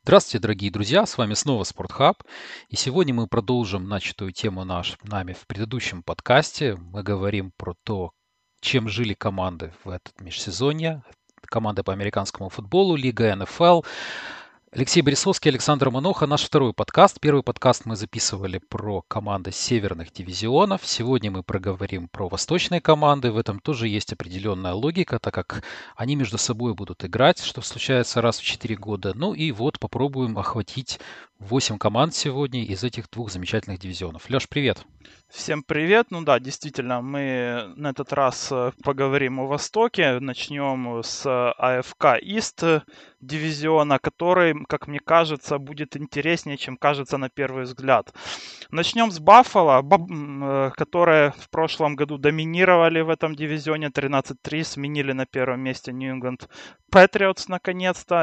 Здравствуйте, дорогие друзья! С вами снова Спортхаб. И сегодня мы продолжим начатую тему нами в предыдущем подкасте. Мы говорим про то, чем жили команды в этот межсезонье. Команды по американскому футболу, Лига НФЛ. Алексей Борисовский, Александр Маноха. Наш второй подкаст. Первый подкаст мы записывали про команды северных дивизионов. Сегодня мы проговорим про восточные команды. В этом тоже есть определенная логика, так как они между собой будут играть, что случается раз в 4 года. Ну и вот попробуем охватить 8 команд сегодня из этих двух замечательных дивизионов. Леш, привет! Всем привет! Ну да, действительно, мы на этот раз поговорим о Востоке. Начнем с АФК Ист дивизиона, который, как мне кажется, будет интереснее, чем кажется на первый взгляд. Начнем с Баффало, которые в прошлом году доминировали в этом дивизионе 13-3, сменили на первом месте New England Patriots наконец-то.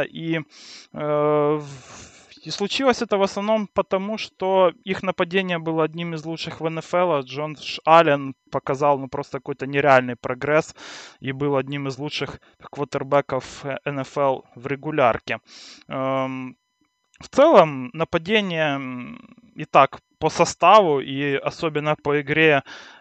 И случилось это в основном потому, что их нападение было одним из лучших в НФЛ. Джош Аллен показал просто какой-то нереальный прогресс и был одним из лучших квотербеков НФЛ в регулярке. В целом нападение и так по составу и особенно по игре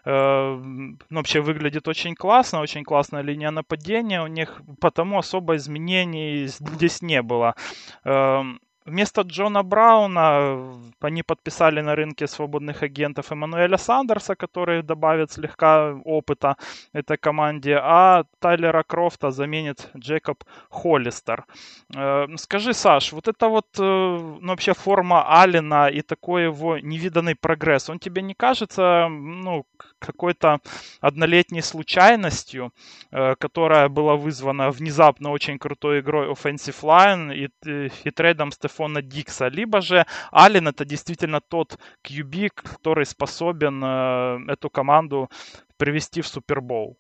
вообще выглядит очень классно, очень классная линия нападения у них, потому особо изменений здесь не было. Вместо Джона Брауна они подписали на рынке свободных агентов Эммануэля Сандерса, который добавит слегка опыта этой команде, а Тайлера Крофта заменит Джейкоб Холлистер. Скажи, Саш, вот это вот вообще форма Аллена и такой его невиданный прогресс, он тебе не кажется какой-то однолетней случайностью, которая была вызвана внезапно очень крутой игрой Offensive Line и трейдом Стефона Дикса, либо же Аллен это действительно тот QB, который способен эту команду привести в Супербоул?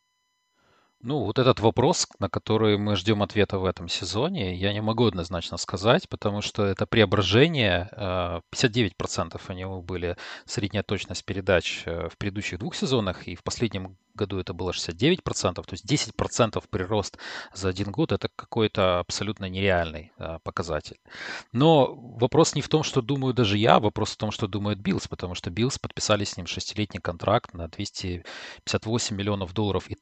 Ну, вот этот вопрос, на который мы ждем ответа в этом сезоне, я не могу однозначно сказать, потому что это преображение. 59% у него были средняя точность передач в предыдущих двух сезонах, и в последнем году это было 69%, то есть 10% прирост за один год, это какой-то абсолютно нереальный показатель. Но вопрос не в том, что думаю даже я, вопрос в том, что думает Биллс, потому что Биллс подписали с ним шестилетний контракт на 258 миллионов долларов и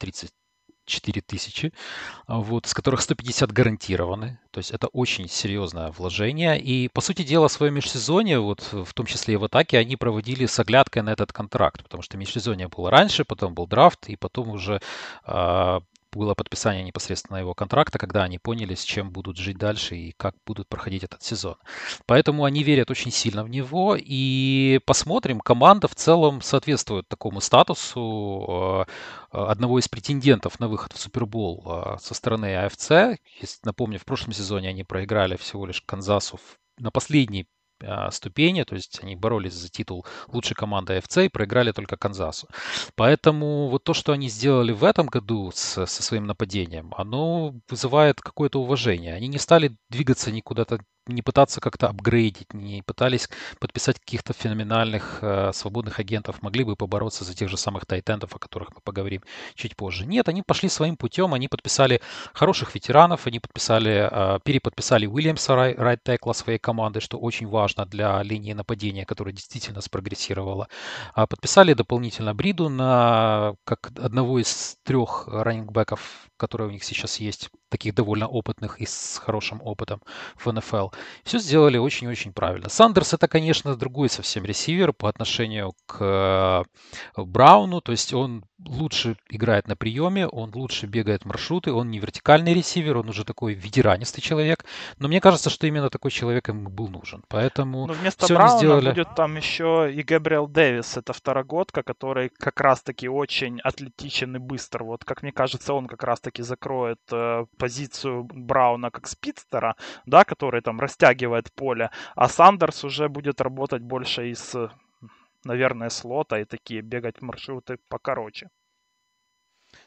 4 тысячи, вот, из которых 150 гарантированы. То есть это очень серьезное вложение. И, по сути дела, свое межсезонье, вот, в том числе и в атаке, они проводили с оглядкой на этот контракт, потому что межсезонье было раньше, потом был драфт, и потом уже было подписание непосредственно его контракта, когда они поняли, с чем будут жить дальше и как будут проходить этот сезон. Поэтому они верят очень сильно в него. И посмотрим, команда в целом соответствует такому статусу одного из претендентов на выход в Супербол со стороны АФЦ. Если напомню, в прошлом сезоне они проиграли всего лишь Канзасу на последней ступени, то есть они боролись за титул лучшей команды АФЦ и проиграли только Канзасу. Поэтому вот то, что они сделали в этом году со своим нападением, оно вызывает какое-то уважение. Они не стали двигаться никуда-то, не пытаться как-то апгрейдить, не пытались подписать каких-то феноменальных свободных агентов, могли бы побороться за тех же самых тайтендов, о которых мы поговорим чуть позже. Нет, они пошли своим путем, они подписали хороших ветеранов, они переподписали Уильямса, райт-текла своей команды, что очень важно для линии нападения, которая действительно спрогрессировала. Подписали дополнительно Бриду как одного из трех раннингбеков, которые у них сейчас есть, таких довольно опытных и с хорошим опытом в НФЛ. Все сделали очень-очень правильно. Сандерс это, конечно, другой совсем ресивер по отношению к Брауну, то есть он лучше играет на приеме, он лучше бегает маршруты, он не вертикальный ресивер, он уже такой ветеранистый человек, но мне кажется, что именно такой человек ему был нужен, поэтому Но вместо все они Брауна сделали. будет там еще и Гэбриэл Дэвис, это второгодка, который как раз-таки очень атлетичен и быстр. Вот, как мне кажется, он как раз-таки закроет позицию Брауна как спидстера, да, который там растягивает поле, а Сандерс уже будет работать больше наверное, слота и такие бегать маршруты покороче.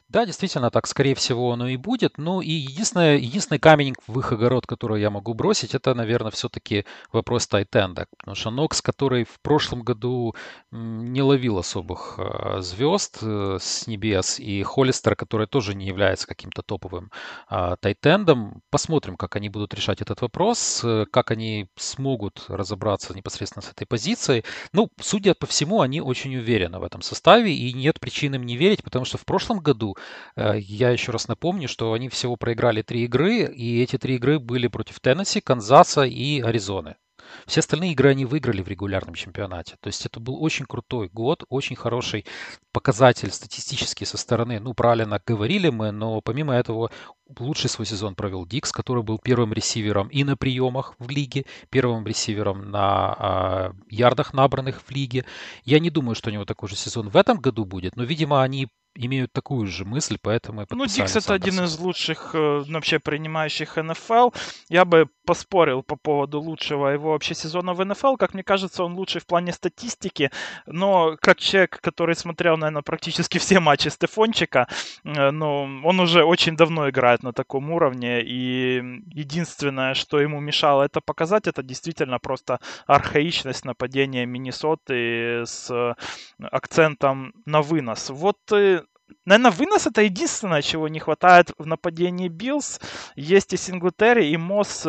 Да, действительно, так, скорее всего, оно и будет. Ну и единственный камень в их огород, который я могу бросить, это, наверное, все-таки вопрос тайтенда. Потому что Нокс, который в прошлом году не ловил особых звезд с небес, и Холлистер, который тоже не является каким-то топовым тайтендом. Посмотрим, как они будут решать этот вопрос, как они смогут разобраться непосредственно с этой позицией. Ну, судя по всему, они очень уверены в этом составе, и нет причин им не верить, потому что в прошлом году я еще раз напомню, что они всего проиграли 3 игры, и эти 3 игры были против Теннесси, Канзаса и Аризоны. Все остальные игры они выиграли в регулярном чемпионате. То есть это был очень крутой год, очень хороший показатель статистический со стороны. Ну, правильно говорили мы, но помимо этого лучший свой сезон провел Дикс, который был первым ресивером и на приемах в лиге, первым ресивером на ярдах, набранных в лиге. Я не думаю, что у него такой же сезон в этом году будет, но, видимо, они имеют такую же мысль, поэтому и Ну, Дикс подписали это один Сандерса. из лучших вообще принимающих НФЛ. Я бы поспорил по поводу лучшего его вообще сезона в НФЛ. Как мне кажется, он лучший в плане статистики. Но как человек, который смотрел, наверное, практически все матчи Стефончика, ну, он уже очень давно играет на таком уровне. И единственное, что ему мешало это показать, это действительно просто архаичность нападения Миннесоты с акцентом на вынос. Вот наверное, вынос это единственное, чего не хватает в нападении Биллс. Есть и Синглтери, и Мосс,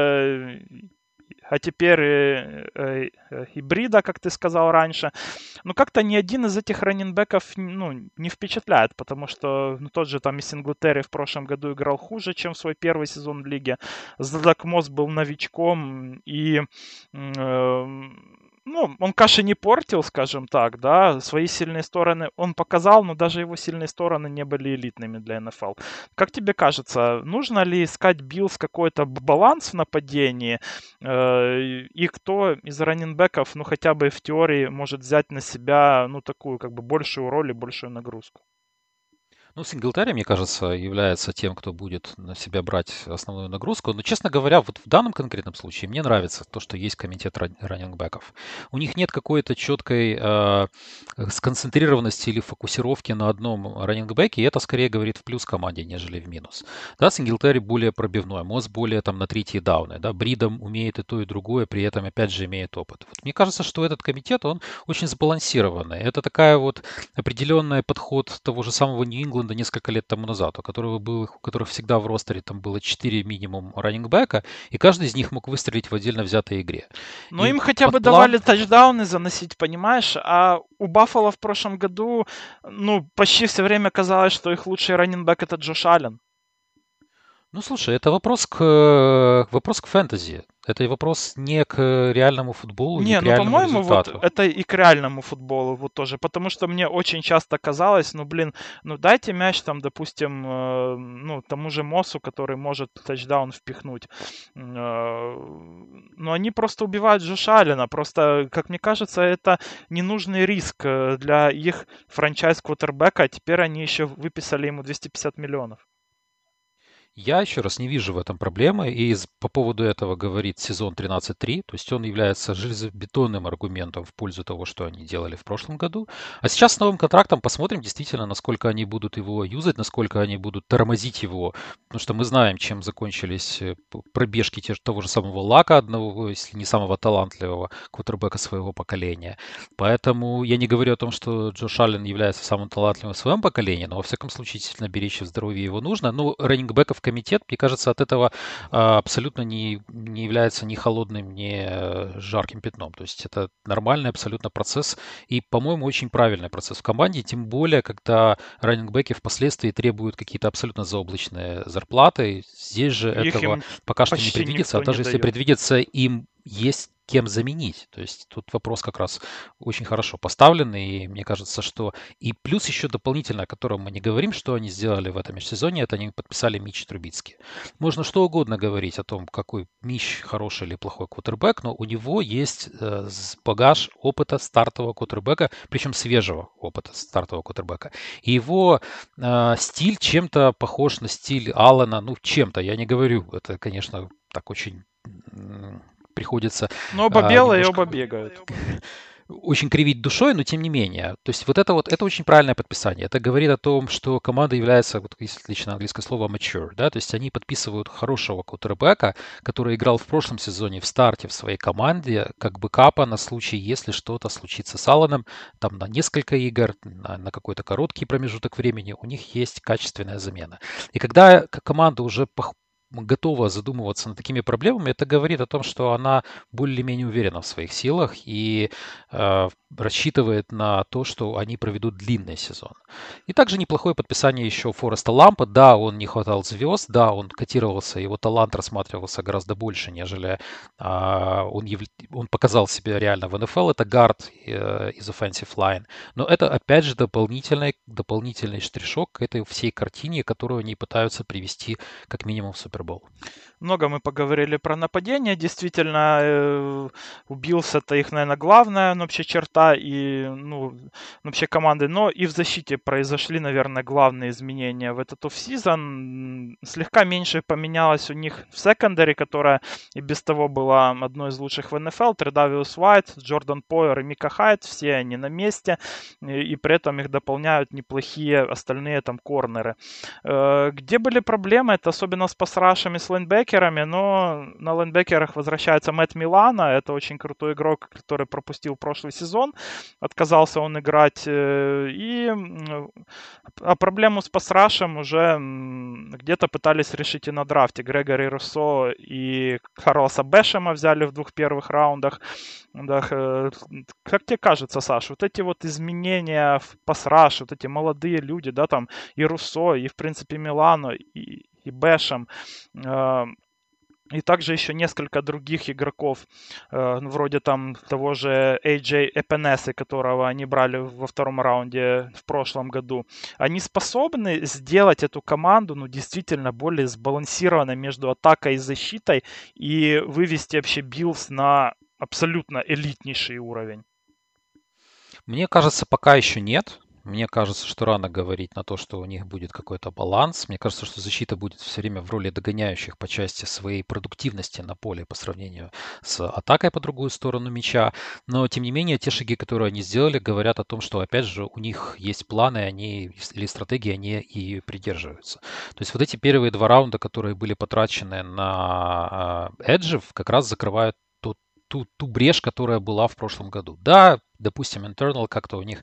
а теперь гибрида, как ты сказал раньше. Но как-то ни один из этих раннинбеков ну, не впечатляет, потому что ну, тот же там и Синглтери в прошлом году играл хуже, чем в свой первый сезон в лиге. Зак Мосс был новичком, и ну, он каши не портил, скажем так, да, свои сильные стороны он показал, но даже его сильные стороны не были элитными для НФЛ. Как тебе кажется, нужно ли искать Биллс какой-то баланс в нападении, и кто из раннинбеков, ну, хотя бы в теории может взять на себя, ну, такую, как бы, большую роль и большую нагрузку? Ну, Сингletари, мне кажется, является тем, кто будет на себя брать основную нагрузку. Но, честно говоря, вот в данном конкретном случае мне нравится то, что есть комитет раннингбеков. У них нет какой-то четкой сконцентрированности или фокусировки на одном раннингбеке, и это скорее говорит в плюс команде, нежели в минус. Да, Сингletари более пробивной, Мосс более там на третьи дауны, да, Бридом умеет и то, и другое, при этом опять же имеет опыт. Вот мне кажется, что этот комитет, он очень сбалансированный. Это такая вот определенный подход того же самого Нью-Ингланда несколько лет тому назад, у которых всегда в ростере там было 4 минимум раннингбека, и каждый из них мог выстрелить в отдельно взятой игре. Но И им хотя бы под план. давали тачдауны заносить, понимаешь? А у Баффало в прошлом году, ну, почти все время казалось, что их лучший раннинбэк это Джош Аллен. Ну, слушай, это вопрос к фэнтези. Это и вопрос не к реальному футболу, не Не, к ну, реальному по-моему, вот результату. это и к реальному футболу вот тоже, потому что мне очень часто казалось, ну, блин, ну, дайте мяч там, допустим, ну, тому же Мосу, который может тачдаун впихнуть. Но они просто убивают Джоша Аллена, просто, как мне кажется, это ненужный риск для их франчайз-квотербека, а теперь они еще выписали ему 250 миллионов. Я еще раз не вижу в этом проблемы, и по поводу этого говорит сезон 13-3, то есть он является железобетонным аргументом в пользу того, что они делали в прошлом году. А сейчас с новым контрактом посмотрим действительно, насколько они будут его юзать, насколько они будут тормозить его, потому что мы знаем, чем закончились пробежки того же самого Лака, одного, если не самого талантливого квотербека своего поколения. Поэтому я не говорю о том, что Джош Аллен является самым талантливым в своем поколении, но во всяком случае действительно беречь здоровье его нужно. Ну, раннингбеков комитет, мне кажется, от этого абсолютно не является ни холодным, ни жарким пятном. То есть это нормальный абсолютно процесс и, по-моему, очень правильный процесс в команде, тем более, когда раннингбеки впоследствии требуют какие-то абсолютно заоблачные зарплаты. Здесь же Их этого им пока что не почти предвидится, а никто не даже если дает. предвидится, им есть кем заменить. То есть тут вопрос как раз очень хорошо поставлен, и мне кажется, что... И плюс еще дополнительно, о котором мы не говорим, что они сделали в этом межсезонье, это они подписали Митч Трубицки. Можно что угодно говорить о том, какой Митч хороший или плохой квотербек, но у него есть багаж опыта стартового квотербека, причем свежего опыта стартового квотербека. И его стиль чем-то похож на стиль Аллена, ну чем-то, я не говорю, это, конечно, так очень приходится Но оба белые и немножко оба бегают. очень кривить душой, но тем не менее. То есть вот это очень правильное подписание. Это говорит о том, что команда является, вот есть отличное английское слово mature, да, то есть они подписывают хорошего квотербека, который играл в прошлом сезоне в старте в своей команде, как бэкапа на случай, если что-то случится с Алланом, там на несколько игр, на какой-то короткий промежуток времени, у них есть качественная замена. И когда команда уже готова задумываться над такими проблемами, это говорит о том, что она более-менее уверена в своих силах и рассчитывает на то, что они проведут длинный сезон. И также неплохое подписание еще Фореста Лампа. Да, он не хватал звезд, да, он котировался, его талант рассматривался гораздо больше, нежели он показал себя реально в НФЛ. Это гард из offensive line. Но это, опять же, дополнительный штришок к этой всей картине, которую они пытаются привести как минимум в Супербол. Много мы поговорили про нападение. Действительно, у Биллс это их, наверное, главная вообще черта и, вообще команды. Но и в защите произошли, наверное, главные изменения в этот оффсизон. Слегка меньше поменялось у них в секондаре, которая и без того была одной из лучших в НФЛ. Тредавиус Уайт, Джордан Пойер и Мика Хайт. Все они на месте. И при этом их дополняют неплохие остальные там корнеры. Где были проблемы, это особенно с пасрашами, с лайнбекерами, но на лайнбекерах возвращается Мэтт Милана, это очень крутой игрок, который пропустил прошлый сезон, отказался он играть, а проблему с пасрашем уже где-то пытались решить и на драфте. Грегори Руссо и Карлоса Бэшема взяли в 2 первых раундах. Да, как тебе кажется, Саш, вот эти вот изменения в пасраш, вот эти молодые люди, да, там и Руссо, и, в принципе, Милано, и Бэшем, и также еще несколько других игроков, вроде там того же AJ Эпенесы, которого они брали во втором раунде в прошлом году. Они способны сделать эту команду, действительно более сбалансированной между атакой и защитой и вывести вообще Биллс на абсолютно элитнейший уровень. Мне кажется, пока еще нет. Мне кажется, что рано говорить на то, что у них будет какой-то баланс. Мне кажется, что защита будет все время в роли догоняющих по части своей продуктивности на поле по сравнению с атакой по другую сторону мяча. Но, тем не менее, те шаги, которые они сделали, говорят о том, что, опять же, у них есть планы, они или стратегии, они и придерживаются. То есть вот эти первые 2 раунда, которые были потрачены на эджев, как раз закрывают ту брешь, которая была в прошлом году. Да, допустим, internal как-то у них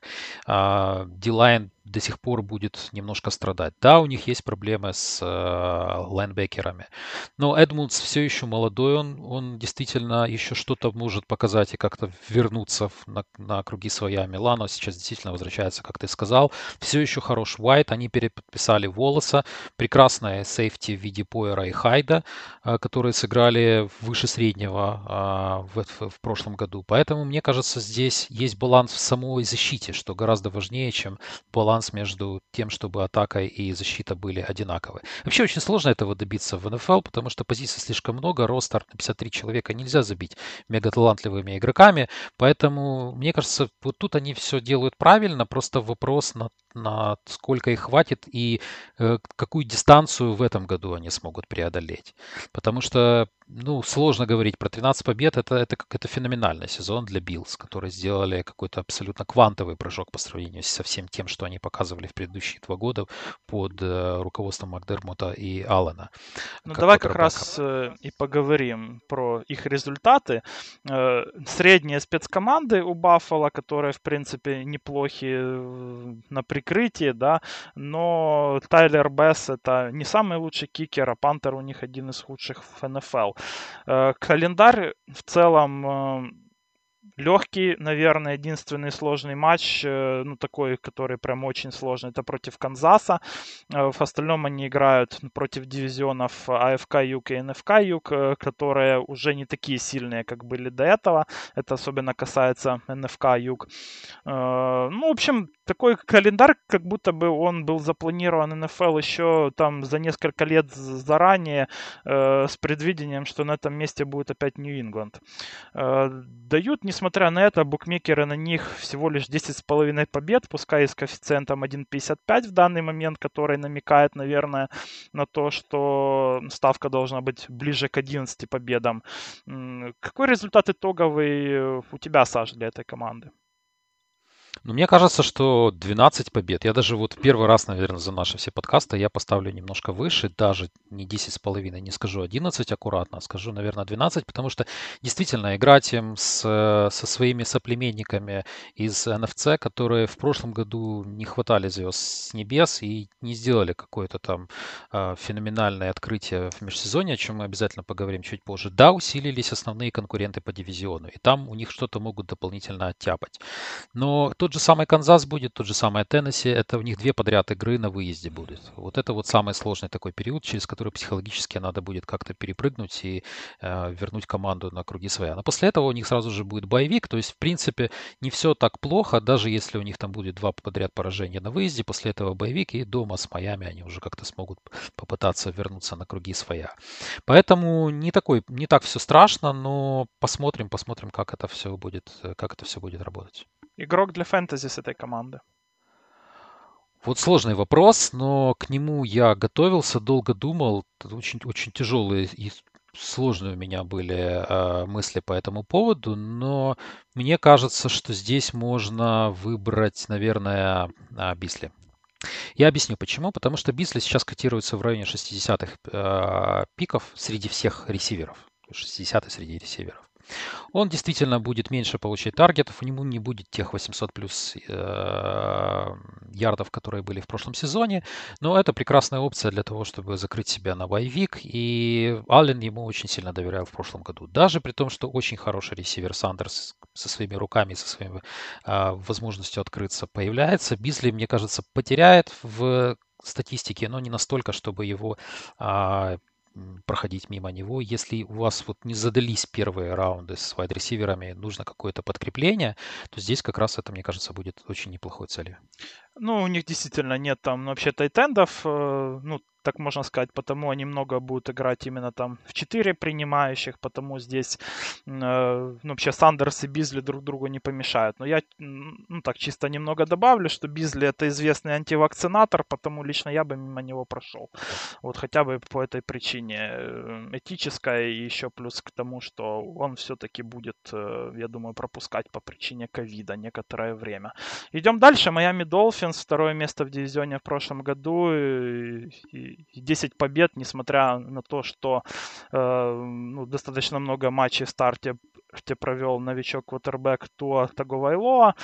D-line до сих пор будет немножко страдать. Да, у них есть проблемы с лайнбекерами. Но Эдмундс все еще молодой, он действительно еще что-то может показать и как-то вернуться на круги своя. Милано сейчас действительно возвращается, как ты сказал. Все еще хорош Уайт, они переподписали Волоса. Прекрасная сейфти в виде Пойера и Хайда, которые сыграли выше среднего в прошлом году. Поэтому, мне кажется, здесь есть баланс в самой защите, что гораздо важнее, чем баланс между тем, чтобы атака и защита были одинаковы. Вообще очень сложно этого добиться в НФЛ, потому что позиций слишком много, ростер на 53 человека нельзя забить мегаталантливыми игроками, поэтому, мне кажется, вот тут они все делают правильно, просто вопрос на сколько их хватит и какую дистанцию в этом году они смогут преодолеть. Потому что, сложно говорить про 13 побед. Это феноменальный сезон для Биллс, которые сделали какой-то абсолютно квантовый прыжок по сравнению со всем тем, что они показывали в предыдущие 2 года под руководством Макдермота и Аллена. Давай как раз и поговорим про их результаты. Средние спецкоманды у Баффало, которые, в принципе, неплохи на прикрытии, да, но Тайлер Бесс это не самый лучший кикер, а Пантер у них один из худших в НФЛ. Календарь в целом легкий, наверное, единственный сложный матч, такой, который прям очень сложный, это против Канзаса. В остальном они играют против дивизионов АФК Юг и НФК Юг, которые уже не такие сильные, как были до этого. Это особенно касается НФК Юг. В общем, такой календарь, как будто бы он был запланирован НФЛ еще там за несколько лет заранее, с предвидением, что на этом месте будет опять Нью-Ингланд. Дают, несмотря на это, букмекеры на них всего лишь 10,5 побед, пускай и с коэффициентом 1,55 в данный момент, который намекает, наверное, на то, что ставка должна быть ближе к 11 победам. Какой результат итоговый у тебя, Саш, для этой команды? Ну, мне кажется, что 12 побед. Я даже вот первый раз, наверное, за наши все подкасты я поставлю немножко выше, даже не 10,5, не скажу 11 аккуратно, а скажу, наверное, 12, потому что действительно играть им со своими соплеменниками из NFC, которые в прошлом году не хватали звезд с небес и не сделали какое-то там феноменальное открытие в межсезонье, о чем мы обязательно поговорим чуть позже. Да, усилились основные конкуренты по дивизиону, и там у них что-то могут дополнительно оттяпать. Но тот же самый Канзас будет, тот же самый Теннесси, это у них две подряд игры на выезде будет. Вот это вот самый сложный такой период, через который психологически надо будет как-то перепрыгнуть и вернуть команду на круги своя. Но после этого у них сразу же будет боевик, то есть, в принципе, не все так плохо, даже если у них там будет два подряд поражения на выезде, после этого боевик, и дома с Майами они уже как-то смогут попытаться вернуться на круги своя. Поэтому не так все страшно, но посмотрим, как это все будет работать. Игрок для фэнтези с этой команды. Вот сложный вопрос, но к нему я готовился, долго думал. Это очень, очень тяжелые и сложные у меня были мысли по этому поводу, но мне кажется, что здесь можно выбрать, наверное, Бисли. Я объясню почему. Потому что Бисли сейчас котируется в районе 60-х пиков среди всех ресиверов. 60-й среди ресиверов. Он действительно будет меньше получать таргетов, у него не будет тех 800 плюс ярдов, которые были в прошлом сезоне, но это прекрасная опция для того, чтобы закрыть себя на боевик, и Аллен ему очень сильно доверял в прошлом году. Даже при том, что очень хороший ресивер Сандерс со своими руками, со своей возможностью открыться появляется, Бизли, мне кажется, потеряет в статистике, но не настолько, чтобы его проходить мимо него. Если у вас вот не задались первые раунды с вайд-ресиверами, нужно какое-то подкрепление, то здесь как раз это, мне кажется, будет очень неплохой целью. Ну, у них действительно нет там вообще тайтендов, ну, так можно сказать, потому они много будут играть именно там в 4 принимающих, потому здесь, ну, вообще Сандерс и Бизли друг другу не помешают. Но я, ну, так чисто немного добавлю, что Бизли это известный антивакцинатор, потому лично я бы мимо него прошел. Вот хотя бы по этой причине этической, и еще плюс к тому, что он все-таки будет, я думаю, пропускать по причине ковида некоторое время. Идем дальше. Майами Долфинс, второе место в дивизионе в прошлом году, и 10 побед, несмотря на то, что ну, достаточно много матчей в старте провел новичок-квотербек Туа Таговайлоа,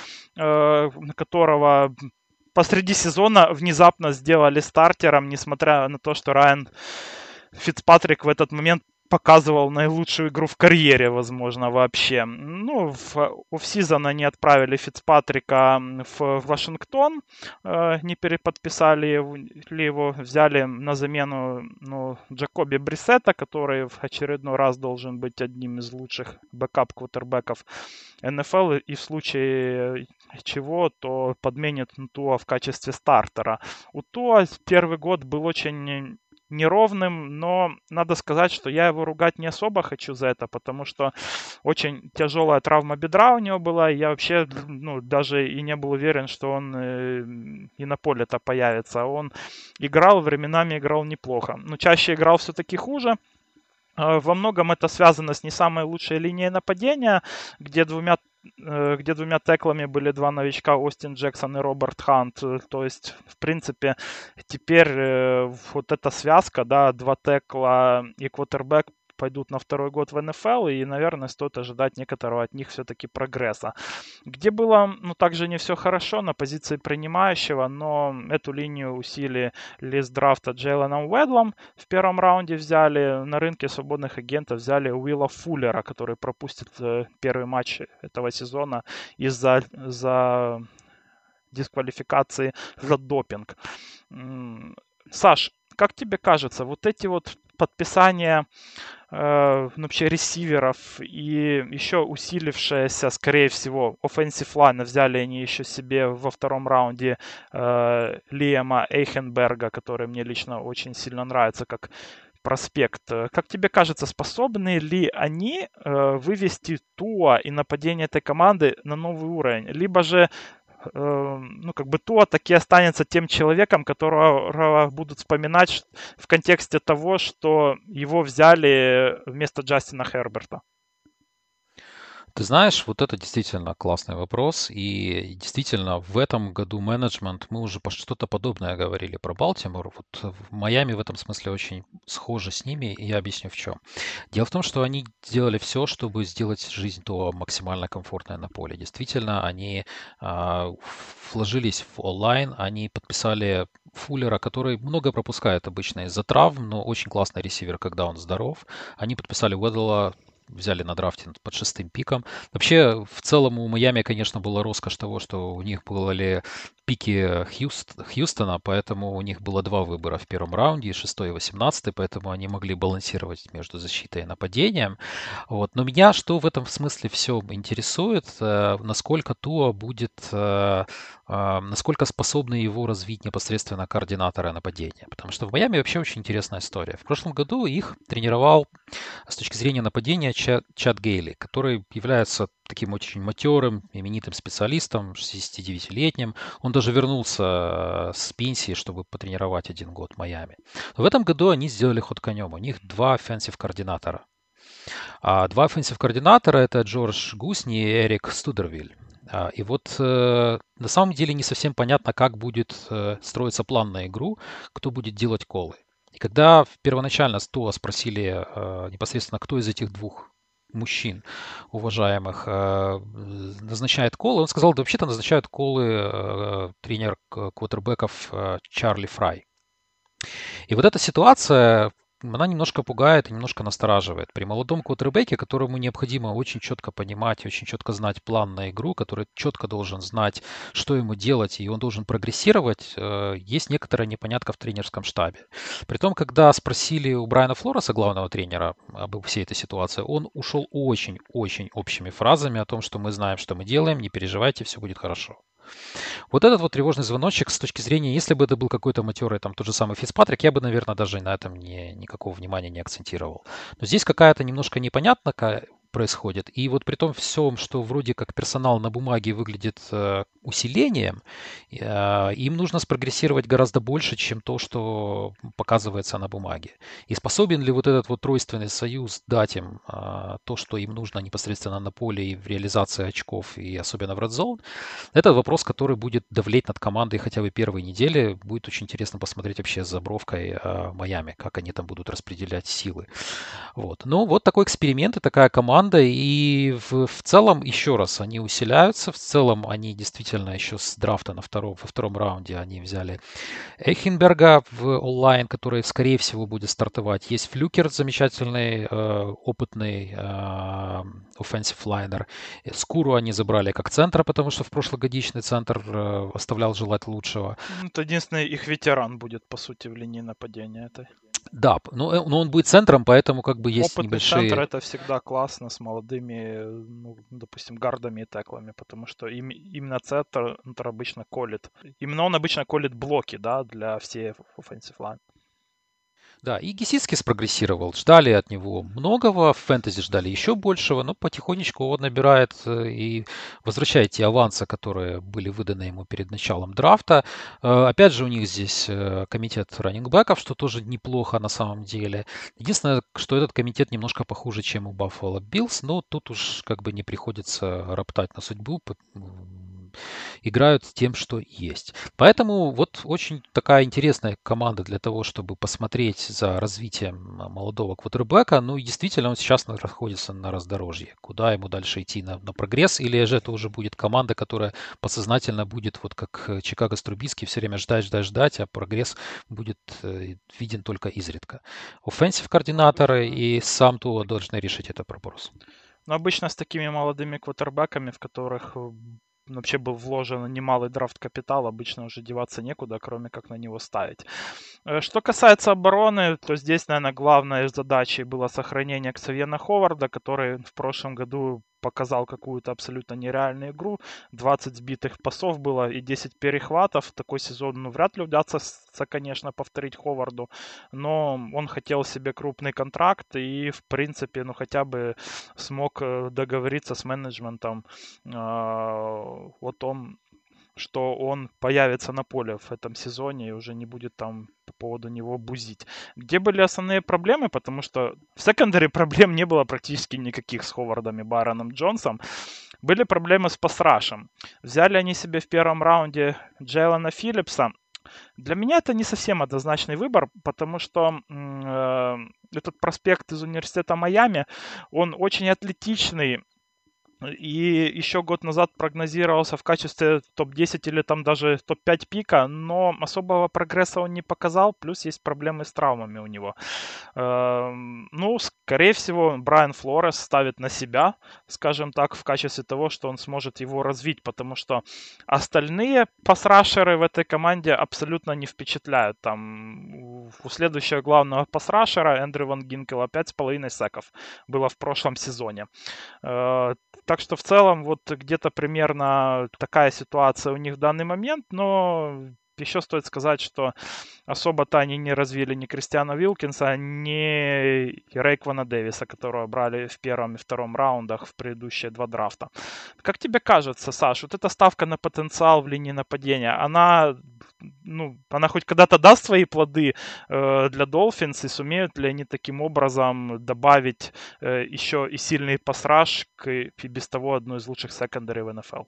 которого посреди сезона внезапно сделали стартером, несмотря на то, что Райан Фицпатрик в этот момент показывал наилучшую игру в карьере, возможно, вообще. Ну, в офсизон они отправили Фицпатрика в Вашингтон, не переподписали его, взяли на замену, ну, Джакоби Брисета, который в очередной раз должен быть одним из лучших бэкап-квотербеков НФЛ, и в случае чего, то подменит Туа в качестве стартера. У Туа первый год был очень неровным, но надо сказать, что я его ругать не особо хочу за это, потому что очень тяжелая травма бедра у него была, и я вообще, ну, даже и не был уверен, что он и на поле-то появится. Он играл, временами играл неплохо, но чаще играл все-таки хуже. Во многом это связано с не самой лучшей линией нападения, где двумя теклами были два новичка, Остин Джексон и Роберт Хант. То есть, в принципе, теперь вот эта связка, да, два текла и квотербек пойдут на второй год в НФЛ, и, наверное, стоит ожидать некоторого от них все-таки прогресса. Где было, ну, также не все хорошо на позиции принимающего, но эту линию усилили с драфта Джейленом Уэдлом. В первом раунде взяли, на рынке свободных агентов взяли Уилла Фуллера, который пропустит первый матч этого сезона из-за дисквалификации за допинг. Саш, как тебе кажется, вот эти вот подписания вообще ресиверов и еще усилившаяся, скорее всего, offensive line. Взяли они еще себе во втором раунде Лиама Эйхенберга, который мне лично очень сильно нравится как проспект. Как тебе кажется, способны ли они вывести Туа и нападение этой команды на новый уровень? Либо же ну, как бы Туа таки останется тем человеком, которого будут вспоминать в контексте того, что его взяли вместо Джастина Херберта. Ты знаешь, вот это действительно классный вопрос. И действительно, в этом году менеджмент, мы уже что-то подобное говорили про Балтимор. Вот в Майами в этом смысле очень схоже с ними, и я объясню в чем. Дело в том, что они делали все, чтобы сделать жизнь то максимально комфортной на поле. Действительно, они а, вложились в онлайн, они подписали Фуллера, который много пропускает обычно из-за травм, но очень классный ресивер, когда он здоров. Они подписали Уэддла, взяли на драфте под 6-м пиком. Вообще, в целом у Майами, конечно, была роскошь того, что у них были пики Хьюстона, поэтому у них было два выбора в первом раунде, 6-й и 18-й, поэтому они могли балансировать между защитой и нападением. Вот. Но меня что в этом смысле все интересует, насколько Туа будет, насколько способны его развить непосредственно координаторы нападения. Потому что в Майами вообще очень интересная история. В прошлом году их тренировал с точки зрения нападения Чад Гейли, который является таким очень матерым, именитым специалистом, 69-летним. Он даже вернулся с пенсии, чтобы потренировать 1 год в Майами. Но в этом году они сделали ход конем. У них два офенсив-координатора. А два офенсив-координатора — это Джордж Гусни и Эрик Студервиль. И вот на самом деле не совсем понятно, как будет строиться план на игру, кто будет делать колы. И когда первоначально Туа спросили непосредственно, кто из этих двух мужчин, уважаемых, назначает колы, он сказал, да вообще-то назначают колы тренер квотербеков Чарли Фрай. И вот эта ситуация, она немножко пугает и немножко настораживает. При молодом квотербеке, которому необходимо очень четко понимать, очень четко знать план на игру, который четко должен знать, что ему делать, и он должен прогрессировать, есть некоторая непонятка в тренерском штабе. Притом, когда спросили у Брайана Флореса, главного тренера, об всей этой ситуации, он ушел очень-очень общими фразами о том, что мы знаем, что мы делаем, не переживайте, все будет хорошо. Вот этот вот тревожный звоночек с точки зрения, если бы это был какой-то матерый, там, тот же самый Фицпатрик, я бы, наверное, даже на этом никакого внимания не акцентировал. Но здесь какая-то немножко непонятно происходит. И вот при том всем, что вроде как персонал на бумаге выглядит усилением, им нужно спрогрессировать гораздо больше, чем то, что показывается на бумаге. И способен ли вот этот вот тройственный союз дать им то, что им нужно непосредственно на поле и в реализации очков, и особенно в Red Zone, это вопрос, который будет давлеть над командой хотя бы первые недели. Будет очень интересно посмотреть вообще с забровкой Майами, как они там будут распределять силы. Вот. Ну, вот такой эксперимент и такая команда. И в целом, еще раз, они усиляются. В целом, они действительно еще с драфта во втором раунде они взяли Эхенберга в онлайн, который, скорее всего, будет стартовать. Есть Флюкер, замечательный, опытный offensive лайнер. Скуру они забрали как центра, потому что в прошлогодичный центр оставлял желать лучшего. Ну, это единственный их ветеран будет, по сути, в линии нападения этой. Да, но он будет центром, поэтому как бы есть Опытный центр — небольшие... это всегда классно с молодыми, ну, допустим, гардами и теклами, потому что именно центр обычно колет. Именно он обычно колет блоки, да, для всей offensive line. Да, и Гесицкий спрогрессировал. Ждали от него многого, в фэнтези ждали еще большего, но потихонечку он набирает и возвращает те авансы, которые были выданы ему перед началом драфта. Опять же, у них здесь комитет раннингбеков, что тоже неплохо на самом деле. Единственное, что этот комитет немножко похуже, чем у Buffalo Bills, но тут уж как бы не приходится роптать на судьбу, играют тем, что есть. Поэтому вот очень такая интересная команда для того, чтобы посмотреть за развитием молодого квотербека. Ну и действительно он сейчас находится на раздорожье. Куда ему дальше идти на прогресс? Или же это уже будет команда, которая подсознательно будет, вот как Чикаго с Трубицкий, все время ждать, а прогресс будет виден только изредка. Оффенсив-координаторы и сам Туа должны решить этот вопрос. Но обычно с такими молодыми квотербеками, в которых вообще был вложен немалый драфт-капитал, обычно уже деваться некуда, кроме как на него ставить. Что касается обороны, то здесь, наверное, главной задачей было сохранение Ксавьена Ховарда, который в прошлом году показал какую-то абсолютно нереальную игру. 20 сбитых пасов было и 10 перехватов. Такой сезон, ну, вряд ли удастся, конечно, повторить Ховарду, но он хотел себе крупный контракт и, в принципе, ну, хотя бы смог договориться с менеджментом о том, что он появится на поле в этом сезоне и уже не будет там по поводу него бузить. Где были основные проблемы? Потому что в секондаре проблем не было практически никаких с Ховардом и Байроном Джонсом. Были проблемы с пасрашем. Взяли они себе в первом раунде Джейлона Филлипса. Для меня это не совсем однозначный выбор, потому что этот проспект из университета Майами, он очень атлетичный, и еще год назад прогнозировался в качестве топ-10 или там даже топ-5 пика, но особого прогресса он не показал, плюс есть проблемы с травмами у него. Ну, скорее всего, Брайан Флорес ставит на себя, скажем так, в качестве того, что он сможет его развить, потому что остальные пасрашеры в этой команде абсолютно не впечатляют. Там у следующего главного пасрашера Эндрю Ван Гинкела 5,5 секов было в прошлом сезоне. Так что в целом вот где-то примерно такая ситуация у них в данный момент, но еще стоит сказать, что особо-то они не развили ни Кристиана Вилкинса, ни Рейквана Дэвиса, которого брали в первом и втором раундах в предыдущие два драфта. Как тебе кажется, Саш, вот эта ставка на потенциал в линии нападения, она хоть когда-то даст свои плоды для Dolphins, и сумеют ли они таким образом добавить еще и сильный пасраж к и без того одной из лучших секондарей в НФЛ?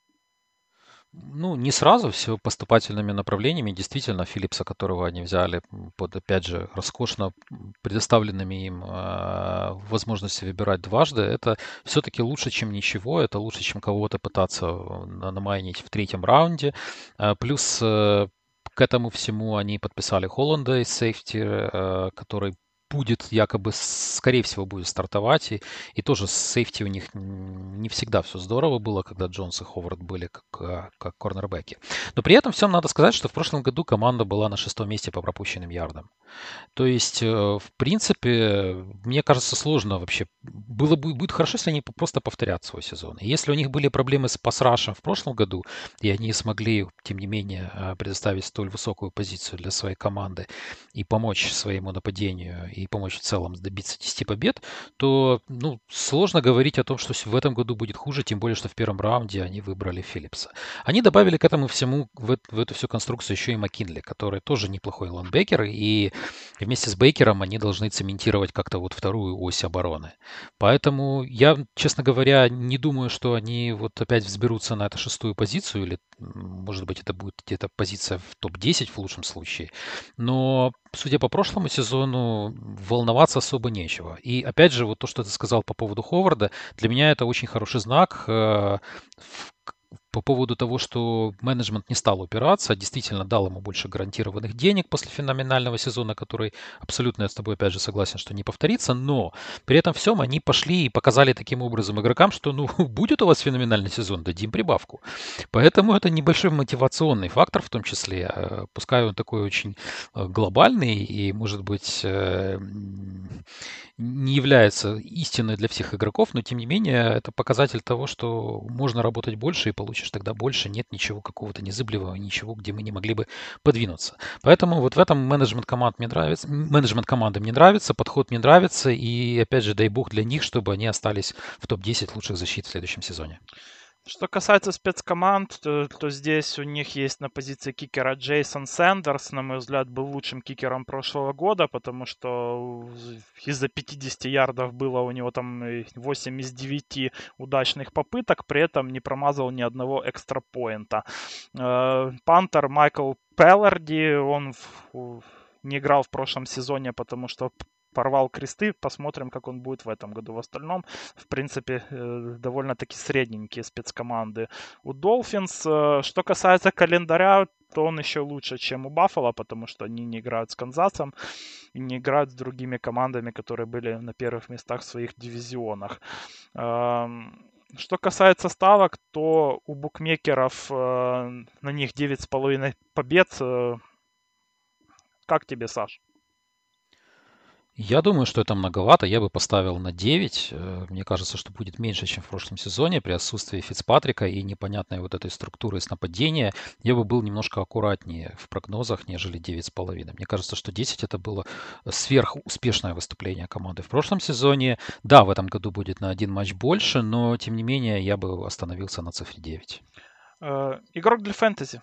Ну, не сразу, все поступательными направлениями. Действительно, Филлипса, которого они взяли под, опять же, роскошно предоставленными им возможности выбирать дважды, это все-таки лучше, чем ничего. Это лучше, чем кого-то пытаться намайнить в третьем раунде. Плюс к этому всему они подписали Холланда из сейфти, который будет якобы, скорее всего, будет стартовать. И тоже с сейфти у них не всегда все здорово было, когда Джонс и Ховард были как корнербеки. Но при этом всем надо сказать, что в прошлом году команда была на 6-м месте по пропущенным ярдам. То есть, в принципе, мне кажется, сложно вообще. Будет хорошо, если они просто повторят свой сезон. И если у них были проблемы с пасрашем в прошлом году, и они смогли, тем не менее, предоставить столь высокую позицию для своей команды и помочь своему нападению, и помочь в целом добиться 10 побед, то ну, сложно говорить о том, что в этом году будет хуже, тем более, что в первом раунде они выбрали Филлипса. Они добавили к этому всему, в эту всю конструкцию еще и Маккинли, который тоже неплохой лайнбекер, и вместе с Бейкером они должны цементировать как-то вот вторую ось обороны. Поэтому я, честно говоря, не думаю, что они вот опять взберутся на эту шестую позицию, или, может быть, это будет где-то позиция в топ-10 в лучшем случае. Но, судя по прошлому сезону, волноваться особо нечего. И опять же, вот то, что ты сказал по поводу Ховарда, для меня это очень хороший знак по поводу того, что менеджмент не стал упираться, а действительно дал ему больше гарантированных денег после феноменального сезона, который абсолютно я с тобой опять же согласен, что не повторится, но при этом всем они пошли и показали таким образом игрокам, что ну будет у вас феноменальный сезон, дадим прибавку. Поэтому это небольшой мотивационный фактор в том числе, пускай он такой очень глобальный и, может быть, не является истиной для всех игроков, но тем не менее это показатель того, что можно работать больше и получишь тогда больше. Нет ничего какого-то незыблемого, ничего, где мы не могли бы подвинуться. Поэтому вот в этом менеджмент команд мне нравится, менеджмент команды мне нравится, подход мне нравится, и опять же дай бог для них, чтобы они остались в топ-10 лучших защит в следующем сезоне. Что касается спецкоманд, то здесь у них есть на позиции кикера Джейсон Сэндерс. На мой взгляд, был лучшим кикером прошлого года, потому что из-за 50 ярдов было у него там 8 из 9 удачных попыток, при этом не промазал ни одного экстрапоинта. Пантер Майкл Пелларди, он не играл в прошлом сезоне, потому что порвал кресты. Посмотрим, как он будет в этом году. В остальном, в принципе, довольно-таки средненькие спецкоманды у Dolphins. Что касается календаря, то он еще лучше, чем у Баффало, потому что они не играют с Канзасом и не играют с другими командами, которые были на первых местах в своих дивизионах. Что касается ставок, то у букмекеров на них 9,5 побед. Как тебе, Саш? Я думаю, что это многовато. Я бы поставил на 9. Мне кажется, что будет меньше, чем в прошлом сезоне при отсутствии Фицпатрика и непонятной вот этой структуры с нападения. Я бы был немножко аккуратнее в прогнозах, нежели 9,5. Мне кажется, что 10 это было сверхуспешное выступление команды в прошлом сезоне. Да, в этом году будет на один матч больше, но тем не менее я бы остановился на цифре 9. Игрок для фэнтези.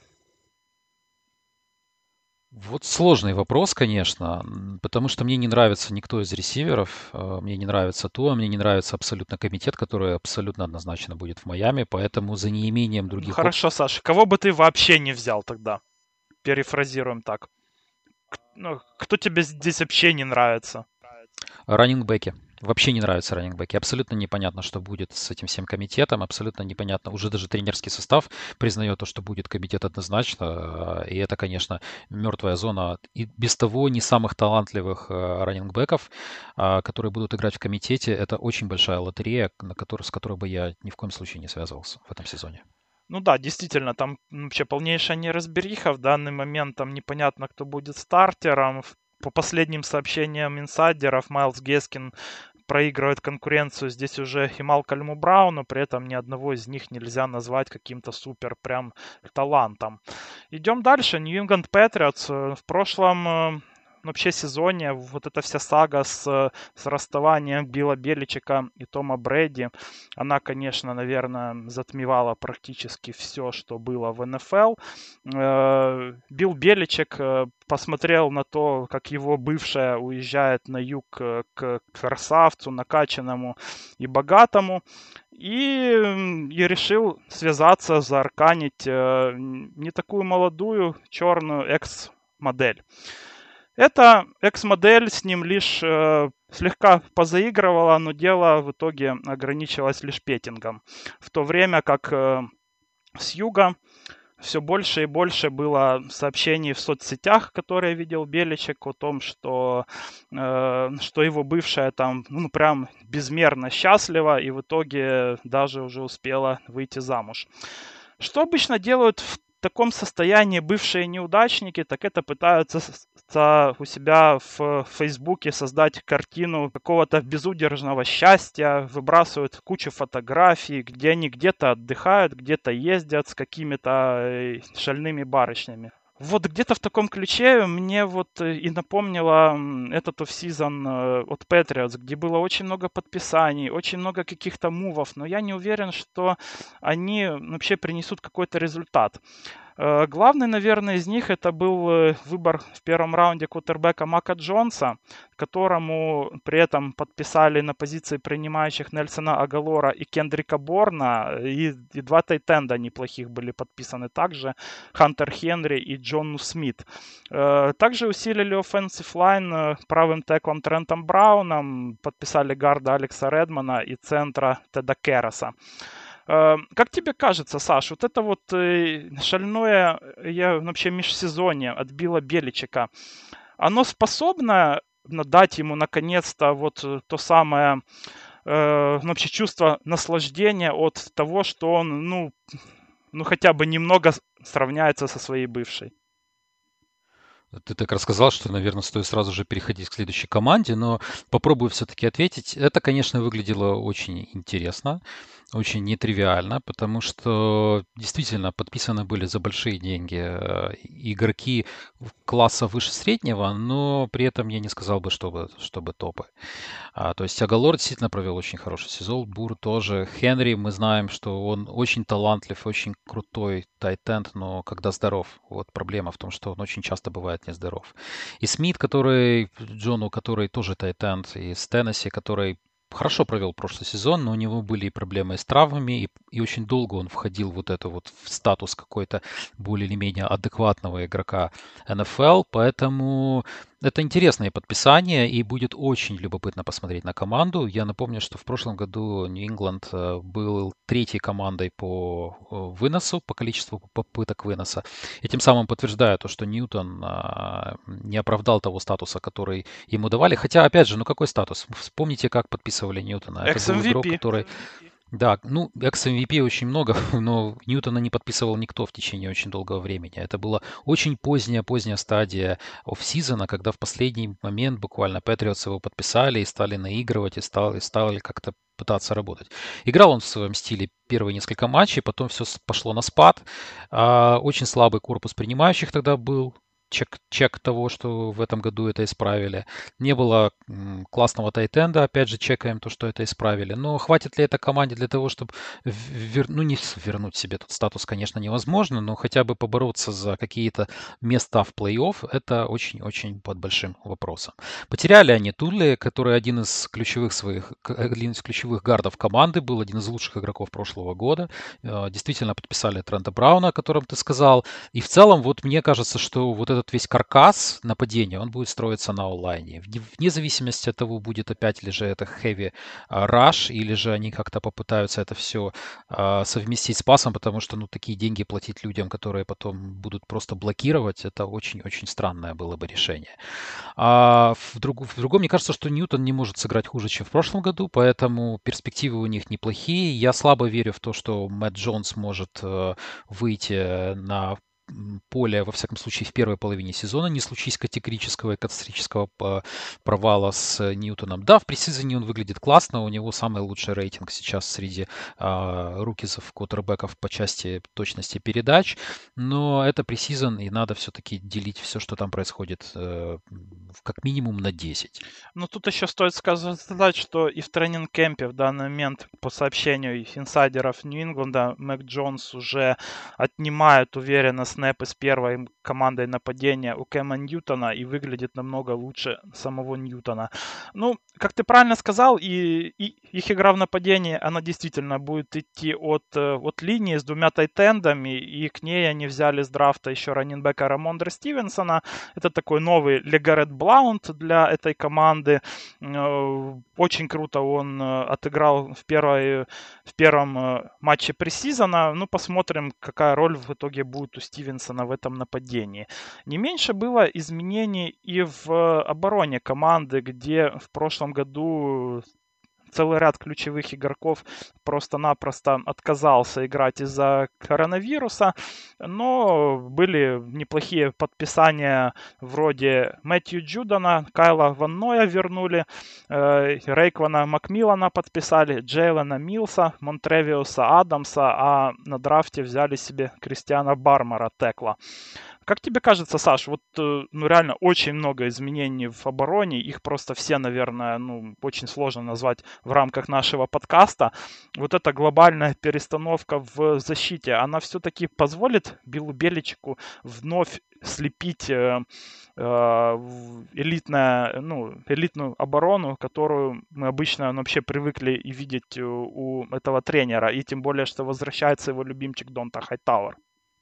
Вот сложный вопрос, конечно, потому что мне не нравится никто из ресиверов, мне не нравится Туа, мне не нравится абсолютно комитет, который абсолютно однозначно будет в Майами, поэтому за неимением Ну, других опций хорошо, Саша. Кого бы ты вообще не взял тогда? Перефразируем так. Ну, кто тебе здесь вообще не нравится? раннингбеки. Вообще не нравятся раннингбеки. Абсолютно непонятно, что будет с этим всем комитетом. Абсолютно непонятно. Уже даже тренерский состав признает то, что будет комитет однозначно. И это, конечно, мертвая зона и без того не самых талантливых раннингбеков, которые будут играть в комитете. Это очень большая лотерея, с которой бы я ни в коем случае не связывался в этом сезоне. Ну да, действительно, там вообще полнейшая неразбериха. В данный момент там непонятно, кто будет стартером. По последним сообщениям инсайдеров, Майлз Гескин проигрывает конкуренцию здесь уже и Малкольму Брауну, при этом ни одного из них нельзя назвать каким-то супер прям талантом. Идем дальше. New England Patriots в прошлом вообще сезоне вот эта вся сага с расставанием Билла Беличека и Тома Брэди, она, конечно, наверное, затмевала практически все, что было в НФЛ. Билл Беличек посмотрел на то, как его бывшая уезжает на юг к красавцу, накачанному и богатому, и решил связаться, заарканить не такую молодую черную экс-модель. Эта экс-модель с ним лишь слегка позаигрывала, но дело в итоге ограничилось лишь петингом. В то время как с юга все больше и больше было сообщений в соцсетях, которые видел Беличек, о том, что его бывшая там, ну, прям безмерно счастлива и в итоге даже уже успела выйти замуж. Что обычно делают в таком состоянии бывшие неудачники, так это пытаются у себя в Фейсбуке создать картину какого-то безудержного счастья, выбрасывают кучу фотографий, где они где-то отдыхают, где-то ездят с какими-то шальными барышнями. Вот где-то в таком ключе мне вот и напомнило этот оффсизон от Patriots, где было очень много подписаний, очень много каких-то мувов, но я не уверен, что они вообще принесут какой-то результат. Главный, наверное, из них это был выбор в первом раунде квотербека Мака Джонса, которому при этом подписали на позиции принимающих Нельсона Агалора и Кендрика Борна, и два тайтенда неплохих были подписаны также, Хантер Хенри и Джону Смит. Также усилили offensive line правым теклом Трентом Брауном, подписали гарда Алекса Редмана и центра Теда Керроса. Как тебе кажется, Саш, вот это вот шальное вообще межсезонье от Билла Беличека, оно способно дать ему наконец-то вот то самое вообще чувство наслаждения от того, что он, ну хотя бы немного сравняется со своей бывшей? Ты так рассказал, что, наверное, стоит сразу же переходить к следующей команде, но попробую все-таки ответить. Это, конечно, выглядело очень интересно, очень нетривиально, потому что действительно подписаны были за большие деньги игроки класса выше среднего, но при этом я не сказал бы, чтобы топы. То есть Агалор действительно провел очень хороший сезон, Бур тоже. Хенри, мы знаем, что он очень талантлив, очень крутой тайтенд, но когда здоров. Вот проблема в том, что он очень часто бывает нездоров. И Смит, Джону, который тоже тайтенд, и с Теннесси, который хорошо провел прошлый сезон, но у него были и проблемы с травмами, и очень долго он входил в статус какой-то более или менее адекватного игрока НФЛ, поэтому это интересное подписание, и будет очень любопытно посмотреть на команду. Я напомню, что в прошлом году Нью-Ингланд был третьей командой по выносу, по количеству попыток выноса. И тем самым подтверждая то, что Ньютон не оправдал того статуса, который ему давали. Хотя, опять же, ну какой статус? Вспомните, как подписывали Ньютона. Это был игрок, Ex-MVP. который Да, ну, экс-MVP очень много, но Ньютона не подписывал никто в течение очень долгого времени. Это была очень поздняя стадия оффсизона, когда в последний момент буквально Патриотс его подписали и стали наигрывать, и стали как-то пытаться работать. Играл он в своем стиле первые несколько матчей, потом все пошло на спад. Очень слабый корпус принимающих тогда был. Чек того, что в этом году это исправили. Не было классного тайтенда, опять же, чекаем то, что это исправили. Но хватит ли это команде для того, чтобы, ну, не вернуть себе тот статус, конечно, невозможно, но хотя бы побороться за какие-то места в плей-офф, это очень-очень под большим вопросом. Потеряли они Тулли, который один из ключевых гардов команды, был один из лучших игроков прошлого года. Действительно подписали Трента Брауна, о котором ты сказал. И в целом, вот мне кажется, что вот этот весь каркас нападения, он будет строиться на онлайне. Вне зависимости от того, будет опять ли же это heavy rush, или же они как-то попытаются это все совместить с пасом, потому что, ну, такие деньги платить людям, которые потом будут просто блокировать, это очень-очень странное было бы решение. В другом, мне кажется, что Ньютон не может сыграть хуже, чем в прошлом году, поэтому перспективы у них неплохие. Я слабо верю в то, что Мэтт Джонс может выйти на поле, во всяком случае, в первой половине сезона, не случись категорического и катастрофического провала с Ньютоном. Да, в пресизоне он выглядит классно, у него самый лучший рейтинг сейчас среди рукизов, квотербеков по части точности передач, но это пресизон, и надо все-таки делить все, что там происходит, как минимум на 10. Но тут еще стоит сказать, что и в тренинг-кемпе в данный момент, по сообщению инсайдеров Нью-Ингланда, Мэг Джонс уже отнимает уверенно снэпы с первой командой нападения у Кэма Ньютона и выглядит намного лучше самого Ньютона. Ну, как ты правильно сказал, и их игра в нападении, она действительно будет идти от линии с двумя тайтендами, и к ней они взяли с драфта еще раннинбека Рамондра Стивенсона. Это такой новый Легарет Блаунд для этой команды. Очень круто он отыграл в первом матче пресизона. Ну, посмотрим, какая роль в итоге будет у Стивенсона в этом нападении. Не меньше было изменений и в обороне команды, где в прошлом году целый ряд ключевых игроков просто-напросто отказался играть из-за коронавируса, но были неплохие подписания вроде Мэтью Джудана, Кайла Ван Ноя вернули, Рейквана Макмиллана подписали, Джейлена Милса, Монтревиуса Адамса, а на драфте взяли себе Кристиана Бармара, текла. Как тебе кажется, Саш, вот ну реально очень много изменений в обороне, их просто все, наверное, ну очень сложно назвать в рамках нашего подкаста. Вот эта глобальная перестановка в защите, она все-таки позволит Биллу Беличику вновь слепить элитную оборону, которую мы обычно вообще привыкли и видеть у этого тренера, и тем более, что возвращается его любимчик Донта Хайтауэр.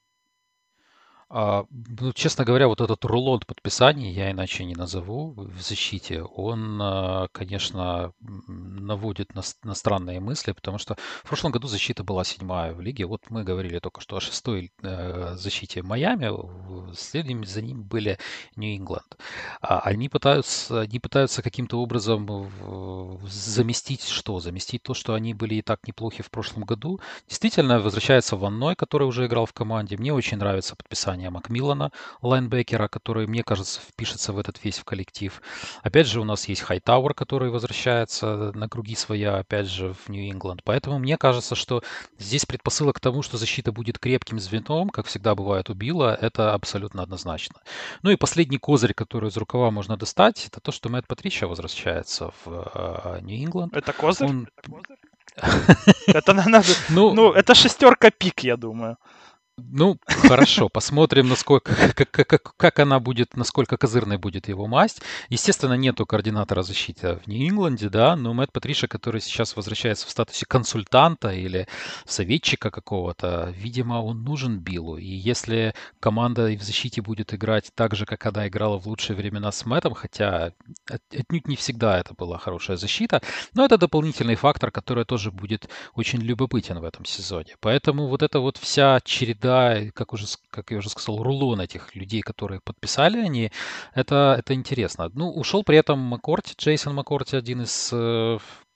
Ну, честно говоря, вот этот рулон подписаний, я иначе не назову, в защите, он, конечно, наводит на странные мысли, потому что в прошлом году защита была 7-я в лиге. Вот мы говорили только что о 6-й защите Майами, следующими за ним были Нью-Ингланд. Они пытаются каким-то образом заместить что? Заместить то, что они были и так неплохи в прошлом году. Действительно, возвращается Ван Ной, который уже играл в команде. Мне очень нравится подписание Макмиллана, лайнбекера, который, мне кажется, впишется в этот весь в коллектив. Опять же, у нас есть Хайтауэр, который возвращается на круги своя, опять же, в Нью-Ингланд. Поэтому мне кажется, что здесь предпосылок к тому, что защита будет крепким звеном, как всегда бывает у Билла, это абсолютно однозначно. Ну и последний козырь, который из рукава можно достать, это то, что Мэтт Патричио возвращается в Нью-Ингланд. Это козырь? Он... Это надо... Ну, Ну, это 6 пик, я думаю. Ну, хорошо, посмотрим, насколько, как она будет, насколько козырной будет его масть. Естественно, нету координатора защиты в Нью-Ингланде, да, но Мэтт Патриша, который сейчас возвращается в статусе консультанта или советчика какого-то, видимо, он нужен Биллу. И если команда в защите будет играть так же, как она играла в лучшие времена с Мэттом, хотя отнюдь не всегда это была хорошая защита, но это дополнительный фактор, который тоже будет очень любопытен в этом сезоне. Поэтому вот эта вот вся череда, как я уже сказал, рулон этих людей, которые подписали они, это интересно. Ну, ушел при этом Джейсон Маккорти, один из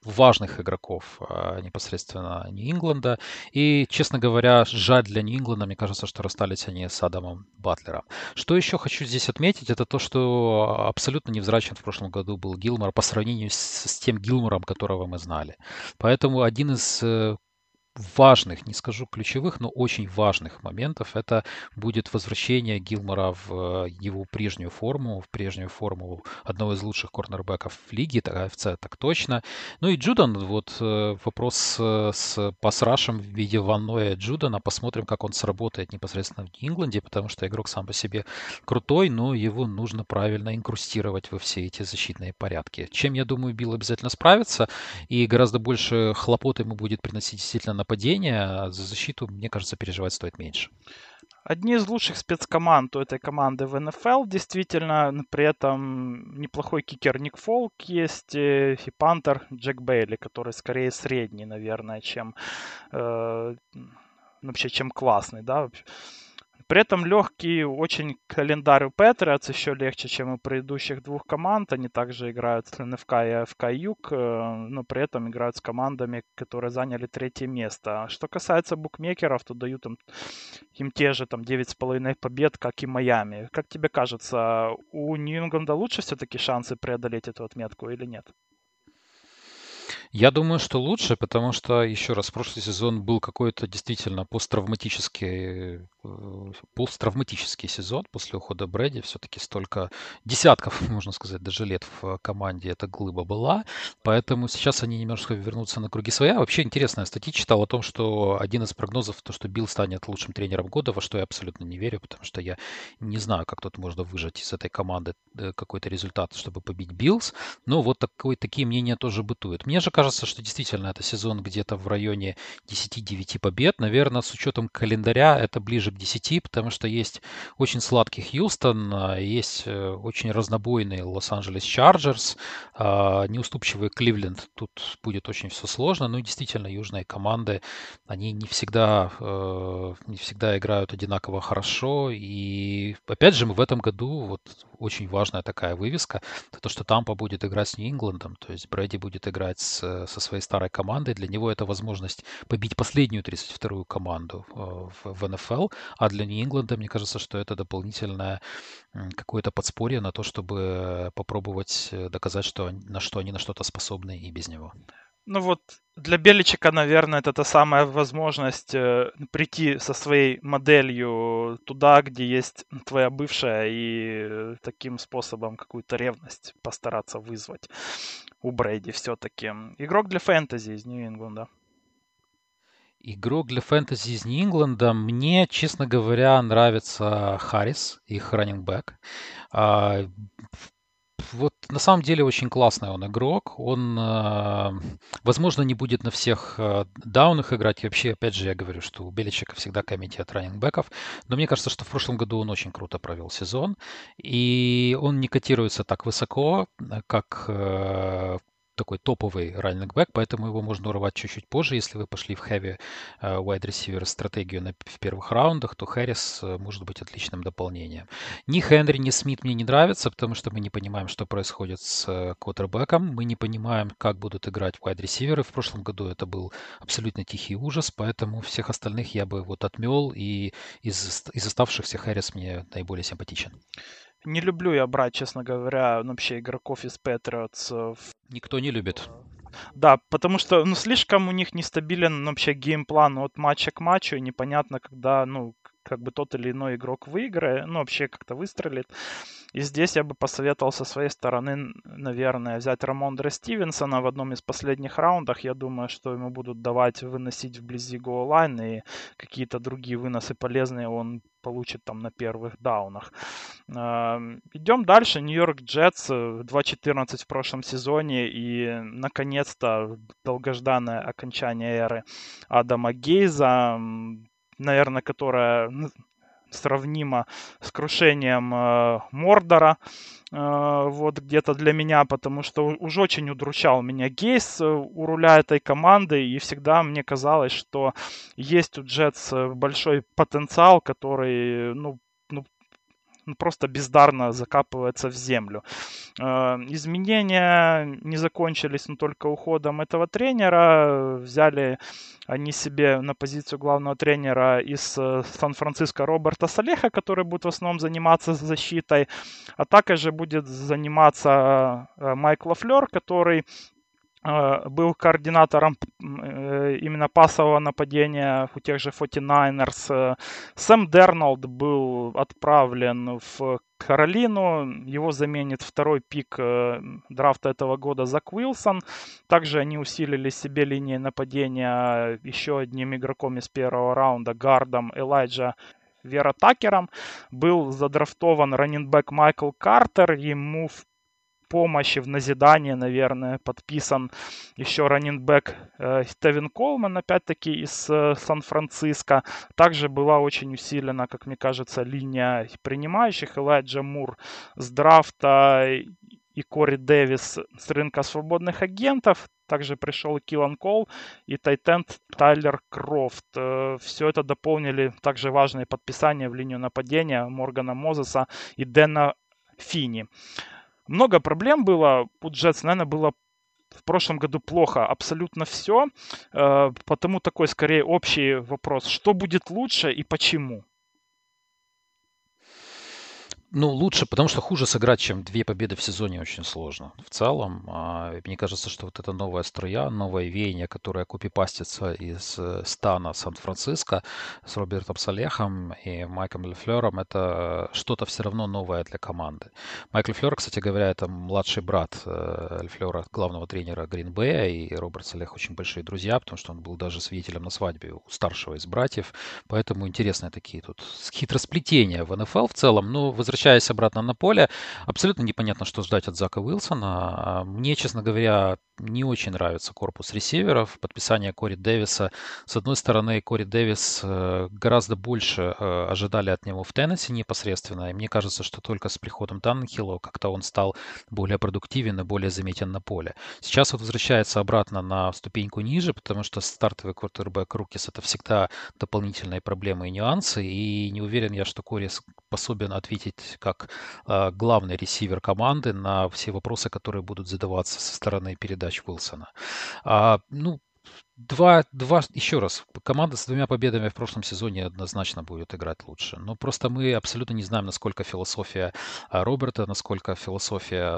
важных игроков непосредственно Нью-Ингланда. И, честно говоря, жаль для Нью-Ингланда, мне кажется, что расстались они с Адамом Батлером. Что еще хочу здесь отметить, это то, что абсолютно невзрачен в прошлом году был Гилмор по сравнению с тем Гилмором, которого мы знали. Поэтому один из важных, не скажу ключевых, но очень важных моментов это будет возвращение Гилмора в его прежнюю форму, одного из лучших корнербеков в лиге, АФЦ так точно. Ну и Джудан, вот вопрос с пас-рашем в виде Ван Ноя Джудана, посмотрим, как он сработает непосредственно в Нью-Ингланде, потому что игрок сам по себе крутой, но его нужно правильно инкрустировать во все эти защитные порядки. Чем, я думаю, Билл обязательно справится, и гораздо больше хлопот ему будет приносить действительно нападение, а за защиту, мне кажется, переживать стоит меньше. Одни из лучших спецкоманд у этой команды в НФЛ, действительно. При этом неплохой кикер Ник Фолк есть и пантер Джек Бейли, который скорее средний, наверное, чем вообще, чем классный, да. При этом легкий очень календарь у Патриотс, еще легче, чем у предыдущих двух команд. Они также играют с НФК и АФК Юг, но при этом играют с командами, которые заняли третье место. Что касается букмекеров, то дают им те же там 9,5 побед, как и Майами. Как тебе кажется, у Нью-Ингланда лучше все-таки шансы преодолеть эту отметку или нет? Я думаю, что лучше, потому что, еще раз, прошлый сезон был какой-то действительно посттравматический сезон после ухода Брэди. Все-таки столько десятков, можно сказать, даже лет в команде эта глыба была. Поэтому сейчас они немножко вернутся на круги своя. Вообще интересная статья читал о том, что один из прогнозов, то, что Билл станет лучшим тренером года, во что я абсолютно не верю, потому что я не знаю, как тут можно выжать из этой команды какой-то результат, чтобы побить Биллс. Но вот такие мнения тоже бытуют. Мне же кажется, что действительно это сезон где-то в районе 10-9 побед. Наверное, с учетом календаря это ближе к 10, потому что есть очень сладкий Хьюстон, есть очень разнобойный Лос-Анджелес Чарджерс, неуступчивый Кливленд. Тут будет очень все сложно. Ну и действительно, южные команды, они не всегда играют одинаково хорошо. И опять же, мы в этом году, вот очень важная такая вывеска, это то, что Тампа будет играть с Нью-Ингландом, то есть Брэди будет играть со своей старой командой. Для него это возможность побить последнюю 32-ю команду в НФЛ, а для Нью-Ингланда, мне кажется, что это дополнительное какое-то подспорье на то, чтобы попробовать доказать, что они на что-то способны и без него. Ну вот для Беличика, наверное, это та самая возможность прийти со своей моделью туда, где есть твоя бывшая, и таким способом какую-то ревность постараться вызвать у Брейди все-таки. Игрок для фэнтези из Нью-Ингланда. Игрок для фэнтези из Нью-Ингланда. Мне, честно говоря, нравится Харрис, их раннингбэк. А, Вот на самом деле очень классный он игрок. Он, возможно, не будет на всех даунах играть. И вообще, опять же, я говорю, что у Беличика всегда комитет раннингбэков. Но мне кажется, что в прошлом году он очень круто провел сезон. И он не котируется так высоко, как такой топовый раннингбэк, поэтому его можно урвать чуть-чуть позже. Если вы пошли в heavy wide receiver стратегию в первых раундах, то Харрис может быть отличным дополнением. Ни Хенри, ни Смит мне не нравятся, потому что мы не понимаем, что происходит с квотербеком. Мы не понимаем, как будут играть вайд-ресиверы. В прошлом году это был абсолютно тихий ужас, поэтому всех остальных я бы вот отмел, и из оставшихся Харрис мне наиболее симпатичен. Не люблю я брать, честно говоря, вообще игроков из Patriots. Никто не любит. Да, потому что, ну, слишком у них нестабилен вообще геймплан от матча к матчу, и непонятно, когда, ну, как бы тот или иной игрок выиграет, ну, вообще как-то выстрелит. И здесь я бы посоветовал со своей стороны, наверное, взять Рамондре Стивенсона в одном из последних раундов. Я думаю, что ему будут давать выносить вблизи гоал-лайн, и какие-то другие выносы полезные он получит там на первых даунах. Идем дальше. Нью-Йорк Джетс 2-14 в прошлом сезоне, и наконец-то долгожданное окончание эры Адама Гейза, наверное, которая сравнима с крушением Мордора, вот где-то для меня, потому что уж очень удручал меня Гейс у руля этой команды, и всегда мне казалось, что есть у Джетс большой потенциал, который, ну, просто бездарно закапывается в землю. Изменения не закончились, но только уходом этого тренера. Взяли они себе на позицию главного тренера из Сан-Франциско Роберта Салеха, который будет в основном заниматься защитой. А также будет заниматься Майк Лафлер, который был координатором именно пасового нападения у тех же 49ers. Сэм Дернолд был отправлен в Каролину. Его заменит второй пик драфта этого года Зак Уилсон. Также они усилили себе линии нападения еще одним игроком из первого раунда, гардом Элайджа Вера Такером. Был задрафтован раннинбэк Майкл Картер. Ему в помощи, в назидание, наверное, подписан еще раннинбэк Тевин Колман, опять-таки из Сан-Франциско. Также была очень усилена, как мне кажется, линия принимающих. Элайджа Мур с драфта и Кори Дэвис с рынка свободных агентов. Также пришел Киллан Кол и тайтенд Тайлер Крофт. Все это дополнили также важные подписания в линию нападения Моргана Мозеса и Дэна Фини. Много проблем было. У Джетс, наверное, было в прошлом году плохо абсолютно все. Потому такой, скорее, общий вопрос. Что будет лучше и почему? Ну, лучше, потому что хуже сыграть, чем 2 победы в сезоне, очень сложно. В целом, мне кажется, что вот эта новая струя, новое веяние, которое копипастится из стана Сан-Франциско с Робертом Салехом и Майком Лефлером, это что-то все равно новое для команды. Майк Лефлер, кстати говоря, это младший брат Лефлера, главного тренера Грин-Бэя, и Роберт Салех очень большие друзья, потому что он был даже свидетелем на свадьбе у старшего из братьев. Поэтому интересные такие тут хитросплетения в НФЛ в целом. Но возвращаясь обратно на поле, абсолютно непонятно, что ждать от Зака Уилсона. Мне, честно говоря, не очень нравится корпус ресиверов. Подписание Кори Дэвиса. С одной стороны, Кори Дэвис гораздо больше ожидали от него в Теннесси непосредственно. И мне кажется, что только с приходом Таннехилла как-то он стал более продуктивен и более заметен на поле. Сейчас вот возвращается обратно на ступеньку ниже, потому что стартовый квотербек Рукис — это всегда дополнительные проблемы и нюансы. И не уверен я, что Кори способен ответить как главный ресивер команды на все вопросы, которые будут задаваться со стороны передач Уилсона. Ну, еще раз, команда с 2 победами в прошлом сезоне однозначно будет играть лучше. Но просто мы абсолютно не знаем, насколько философия Роберта, насколько философия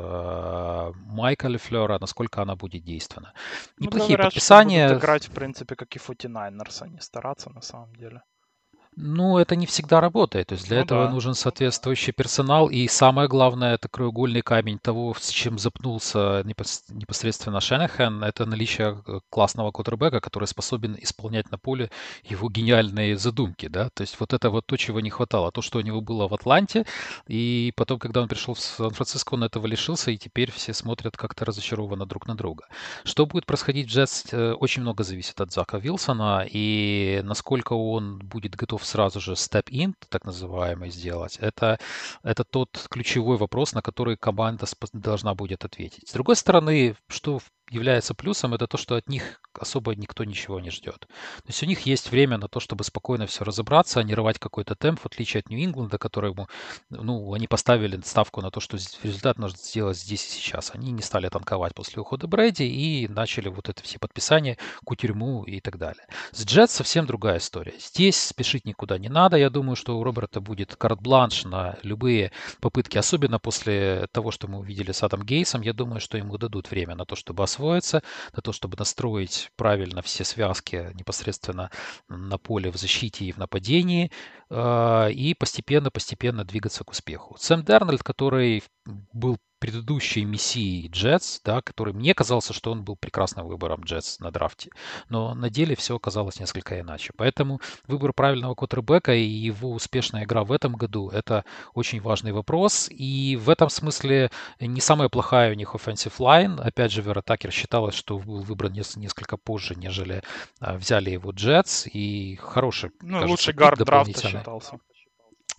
Майка Лефлера, насколько она будет действенна. Ну, Неплохие говорят, что будут подписания. играть, в принципе, как и 49ers, а не стараться на самом деле. Ну, это не всегда работает. То есть для Ну этого да. нужен соответствующий персонал. И самое главное, это краеугольный камень того, с чем запнулся непосредственно Шенахан, это наличие классного квотербека, который способен исполнять на поле его гениальные задумки. Да? То есть вот это вот то, чего не хватало. То, что у него было в Атланте. И потом, когда он пришел в Сан-Франциско, он этого лишился. И теперь все смотрят как-то разочарованно друг на друга. Что будет происходить в Джетс, очень много зависит от Зака Вилсона. И насколько он будет готов сразу же step-in, так называемый, сделать, это тот ключевой вопрос, на который команда должна будет ответить. С другой стороны, что является плюсом, это то, что от них особо никто ничего не ждет. То есть у них есть время на то, чтобы спокойно все разобраться, а не рвать какой-то темп, в отличие от Нью-Ингланда, которому, ну, они поставили ставку на то, что результат нужно сделать здесь и сейчас. Они не стали танковать после ухода Брэди и начали вот это все подписания, кутерьму и так далее. С Джетс совсем другая история. Здесь спешить никуда не надо. Я думаю, что у Роберта будет карт-бланш на любые попытки, особенно после того, что мы увидели с Адам Гейсом. Я думаю, что ему дадут время на то, чтобы освоиться, на то, чтобы настроить правильно все связки непосредственно на поле в защите и в нападении, и постепенно двигаться к успеху. Сэм Дарнольд, который был предыдущей мессией Джетс, да, который мне казался, что он был прекрасным выбором Джетс на драфте, но на деле все оказалось несколько иначе. Поэтому выбор правильного квотербека и его успешная игра в этом году — это очень важный вопрос. И в этом смысле не самая плохая у них offensive line. Опять же, Вера Такер считалось, что был выбран несколько позже, нежели взяли его Джетс. И хороший, Ну, кажется, лучший пик гард драфта дополнительный. считался.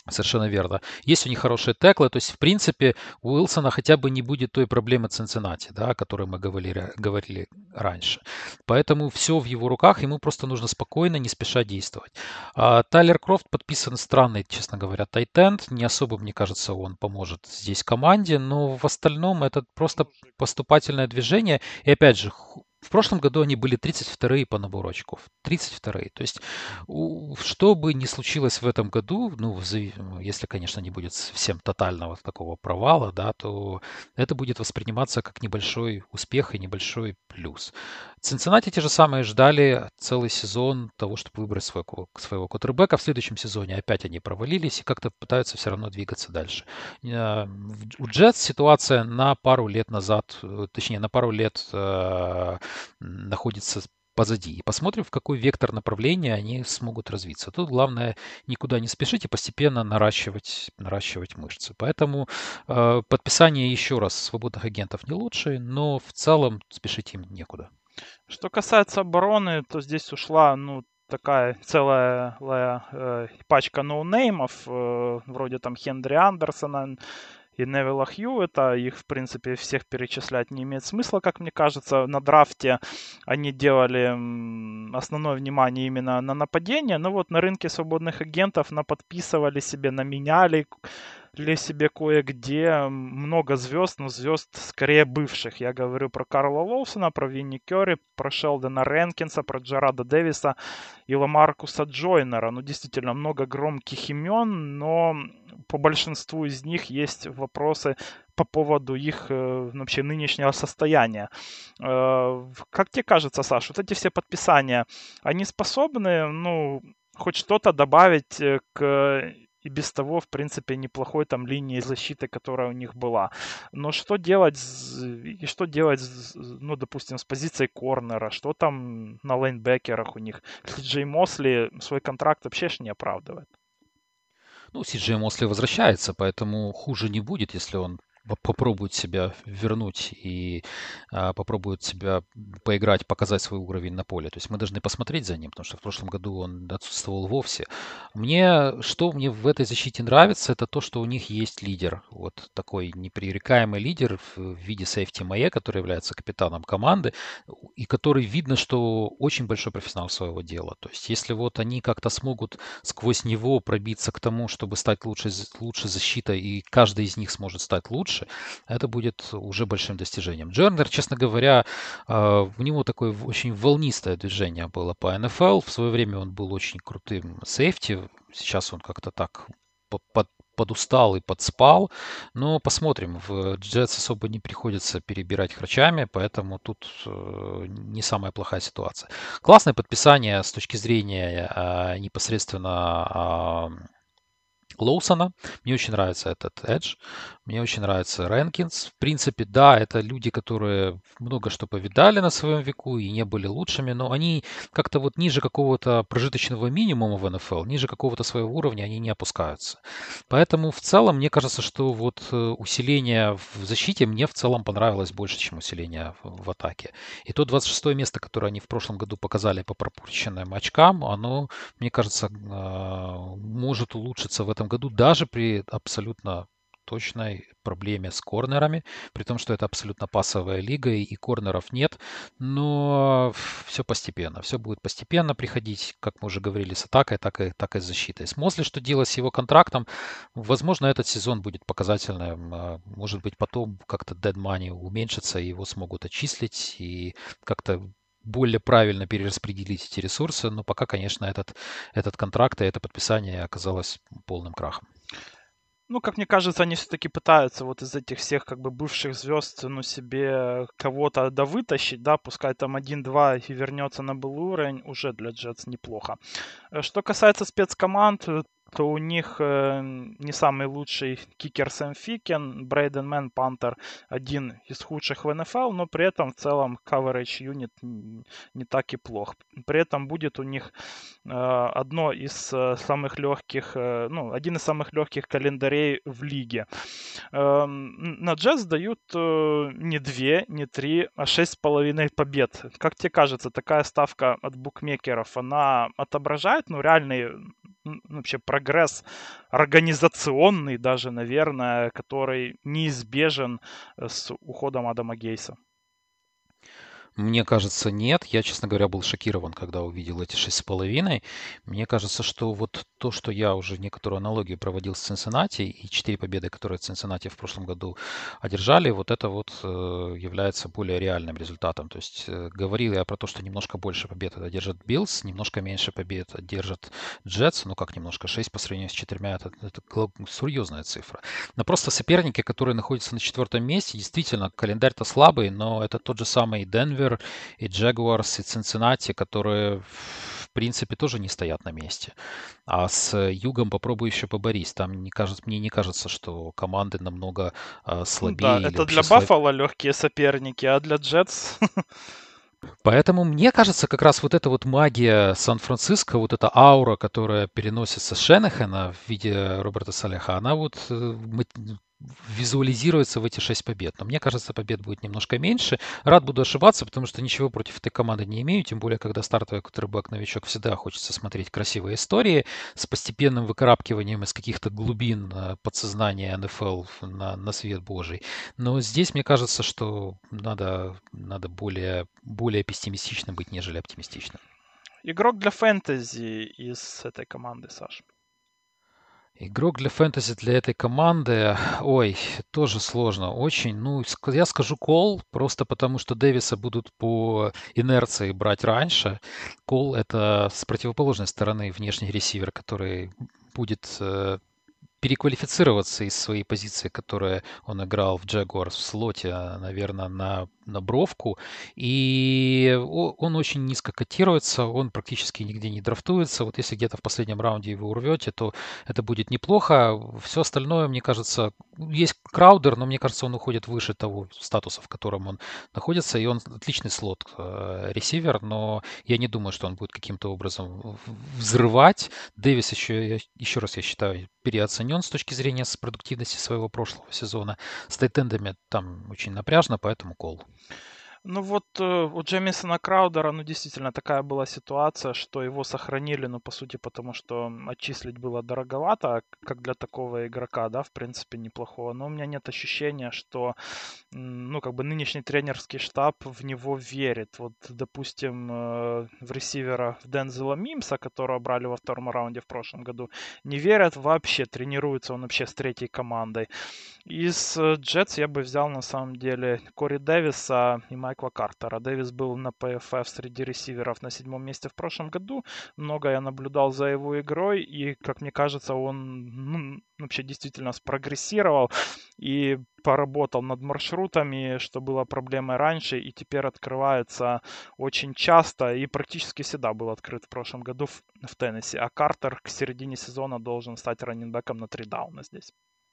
Совершенно верно. Есть у них хорошие теклы, то есть, в принципе, у Уилсона хотя бы не будет той проблемы Цинциннати, да, о которой мы говорили раньше. Поэтому все в его руках, ему просто нужно спокойно, не спеша действовать. Тайлер Крофт подписан странный, честно говоря, тайтенд. Не особо, мне кажется, он поможет здесь команде, но в остальном это просто поступательное движение. И опять же, в прошлом году они были 32-е по набору очков. 32-е. То есть что бы ни случилось в этом году, ну, если, конечно, не будет совсем тотального такого провала, да, то это будет восприниматься как небольшой успех и небольшой плюс. Цинциннати те же самые ждали целый сезон того, чтобы выбрать своего квотербека. В следующем сезоне опять они провалились и как-то пытаются все равно двигаться дальше. У Джетс ситуация на пару лет назад, точнее, на пару лет находится позади. И посмотрим, в какой вектор направления они смогут развиться. Тут главное никуда не спешить и постепенно наращивать мышцы. Поэтому подписание еще раз свободных агентов не лучше, но в целом спешить им некуда. Что касается обороны, то здесь ушла, ну, такая целая пачка ноунеймов, вроде там Хендри Андерсона и Невилла Хьюэта. Их, в принципе, всех перечислять не имеет смысла, как мне кажется. На драфте они делали основное внимание именно на нападение. Но вот на рынке свободных агентов наподписывали себе, наменяли себе кое-где много звезд, но звезд скорее бывших. Я говорю про Карла Лоусона, про Винни Кёрри, про Шелдона Ренкинса, про Джарада Дэвиса и Ламаркуса Джойнера. Ну, действительно, много громких имен, но по большинству из них есть вопросы по поводу их вообще нынешнего состояния. Как тебе кажется, Саш, вот эти все подписания, они способны, ну, хоть что-то добавить к и без того, в принципе, неплохой там линии защиты, которая у них была. Но что делать, ну, допустим, с позицией корнера, что там на лайнбекерах у них? Джей Мосли свой контракт вообще ж не оправдывает. Ну, Си-Джей Мосли возвращается, поэтому хуже не будет, если он попробует себя вернуть и попробует себя поиграть, показать свой уровень на поле. То есть мы должны посмотреть за ним, потому что в прошлом году он отсутствовал вовсе. Что мне в этой защите нравится, это то, что у них есть лидер. Вот такой непререкаемый лидер в виде Сейфти Мае, который является капитаном команды, и который видно, что очень большой профессионал своего дела. То есть если вот они как-то смогут сквозь него пробиться к тому, чтобы стать лучше защитой, и каждый из них сможет стать лучше, это будет уже большим достижением. Джернер, честно говоря, у него такое очень волнистое движение было по НФЛ. В свое время он был очень крутым сейфти. Сейчас он как-то так подустал и подспал. Но посмотрим. В Джетс особо не приходится перебирать храчами, поэтому тут не самая плохая ситуация. Классное подписание с точки зрения непосредственно Лоусона. Мне очень нравится этот Эдж. Мне очень нравится Рэнкинс. В принципе, да, это люди, которые много что повидали на своем веку и не были лучшими, но они как-то вот ниже какого-то прожиточного минимума в НФЛ, ниже какого-то своего уровня они не опускаются. Поэтому в целом, мне кажется, что вот усиление в защите мне в целом понравилось больше, чем усиление в атаке. И то 26 место, которое они в прошлом году показали по пропущенным очкам, оно, мне кажется, может улучшиться в этом году даже при абсолютно точной проблеме с корнерами, при том, что это абсолютно пассовая лига и корнеров нет, но все постепенно, все будет постепенно приходить, как мы уже говорили, с атакой, так и с защитой. С Мосли что делать с его контрактом? Возможно, этот сезон будет показательным, может быть, потом как-то dead money уменьшится, и его смогут отчислить, и как-то более правильно перераспределить эти ресурсы, но пока, конечно, этот контракт и это подписание оказалось полным крахом. Ну, как мне кажется, они все-таки пытаются вот из этих всех как бы бывших звезд, ну, себе кого-то довытащить, да, пускай там 1-2 и вернется на былой уровень, уже для Джетс неплохо. Что касается спецкоманд, то у них не самый лучший кикер Сэм Фикен, Брейден Мэн, Пантер, один из худших в НФЛ, но при этом в целом coverage юнит не так и плох. При этом будет у них одно из самых легких, ну, один из самых легких календарей в лиге. На Джетс дают не 2, не 3, а 6,5 побед. Как тебе кажется, такая ставка от букмекеров, она отображает, ну, реальный вообще прогресс организационный даже, наверное, который неизбежен с уходом Адама Гейса. Мне кажется, нет. Я, честно говоря, был шокирован, когда увидел эти 6,5. Мне кажется, что вот то, что я уже некоторую аналогию проводил с Цинциннати, и 4 победы, которые Цинциннати в прошлом году одержали, вот это вот является более реальным результатом. То есть говорил я про то, что немножко больше побед одержат Биллс, немножко меньше побед одержат Джетс. Ну как немножко, 6 по сравнению с 4, это серьезная цифра. Но просто соперники, которые находятся на 4 месте, действительно, календарь-то слабый, но это тот же самый Денвер, и Джагуарс, и Цинциннати, которые, в принципе, тоже не стоят на месте. А с Югом попробуй еще поборись. Там мне не кажется, что команды намного Ну да, слабее или это вообще для слабее. Баффало легкие соперники, а для Джетс... Поэтому мне кажется, как раз вот эта вот магия Сан-Франциско, вот эта аура, которая переносится с Шенахена в виде Роберта Салеха, она вот визуализируется в эти 6 побед. Но мне кажется, побед будет немножко меньше. Рад буду ошибаться, потому что ничего против этой команды не имею, тем более, когда стартовый квотербек-новичок, всегда хочется смотреть красивые истории с постепенным выкарабкиванием из каких-то глубин подсознания НФЛ на свет Божий. Но здесь мне кажется, что надо более пессимистичным быть, нежели оптимистичным. Игрок для фэнтези из этой команды, Саш. Игрок для фэнтези для этой команды, ой, тоже сложно очень. Ну, я скажу Кол, просто потому что Дэвиса будут по инерции брать раньше. Кол — это с противоположной стороны внешний ресивер, который будет переквалифицироваться из своей позиции, которую он играл в Jaguars в слоте, наверное, на бровку. И он очень низко котируется, он практически нигде не драфтуется. Вот если где-то в последнем раунде его урвете, то это будет неплохо. Все остальное, мне кажется, есть Краудер, но мне кажется, он уходит выше того статуса, в котором он находится, и он отличный слот ресивер, но я не думаю, что он будет каким-то образом взрывать. Дэвис еще раз, я считаю, переоценен с точки зрения продуктивности своего прошлого сезона. С тайтендами там очень напряжно, поэтому кол. Ну вот у Джемисона Краудера, ну действительно такая была ситуация, что его сохранили, ну по сути, потому что отчислить было дороговато, как для такого игрока, да, в принципе, неплохого. Но у меня нет ощущения, что, ну как бы нынешний тренерский штаб в него верит. Вот, допустим, в ресивера Дензела Мимса, которого брали во втором раунде в прошлом году, не верят вообще, тренируется он вообще с третьей командой. Из Джетс я бы взял на самом деле Кори Дэвиса и Майкла Картера. Дэвис был на ПФФ среди ресиверов на 7 месте в прошлом году. Много я наблюдал за его игрой, и, как мне кажется, он вообще действительно спрогрессировал и поработал над маршрутами, что было проблемой раньше, и теперь открывается очень часто и практически всегда был открыт в прошлом году в Теннесси. А Картер к середине сезона должен стать раннинбеком на 3 дауна здесь.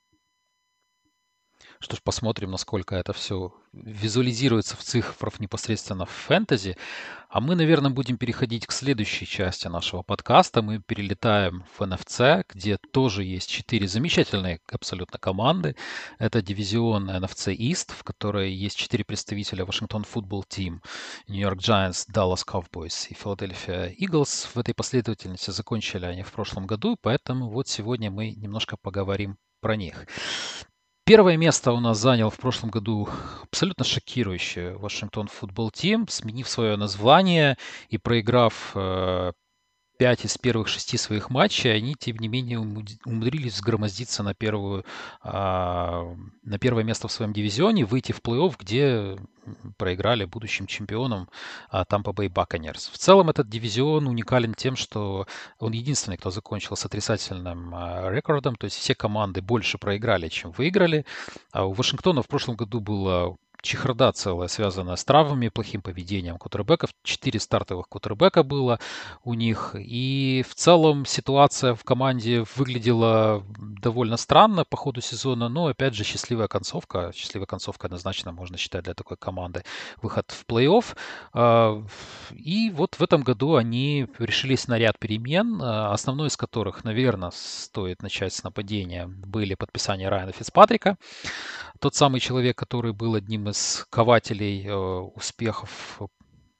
Что ж, посмотрим, насколько это все визуализируется в цифрах непосредственно в фэнтези. А мы, наверное, будем переходить к следующей части нашего подкаста. Мы перелетаем в NFC, где тоже есть 4 замечательные абсолютно команды. Это дивизион NFC East, в которой есть 4 представителя: Washington Football Team, New York Giants, Dallas Cowboys и Philadelphia Eagles. В этой последовательности закончили они в прошлом году, поэтому вот сегодня мы немножко поговорим про них. Первое место у нас занял в прошлом году абсолютно шокирующий Вашингтон Футбол Тим, сменив свое название и проиграв 5 из первых 6 своих матчей, они, тем не менее, умудрились взгромоздиться на первое место в своем дивизионе, выйти в плей-офф, где проиграли будущим чемпионам Tampa Bay Buccaneers. В целом этот дивизион уникален тем, что он единственный, кто закончил с отрицательным рекордом, то есть все команды больше проиграли, чем выиграли. А у Вашингтона в прошлом году было чехарда целая, связанная с травмами, плохим поведением квотербеков. 4 стартовых квотербека было у них. И в целом ситуация в команде выглядела довольно странно по ходу сезона. Но, опять же, счастливая концовка. Счастливая концовка однозначно можно считать для такой команды выход в плей-офф. И вот в этом году они решились на ряд перемен, основной из которых, наверное, стоит начать с нападения, были подписания Райана Фицпатрика. Тот самый человек, который был одним из кователей успехов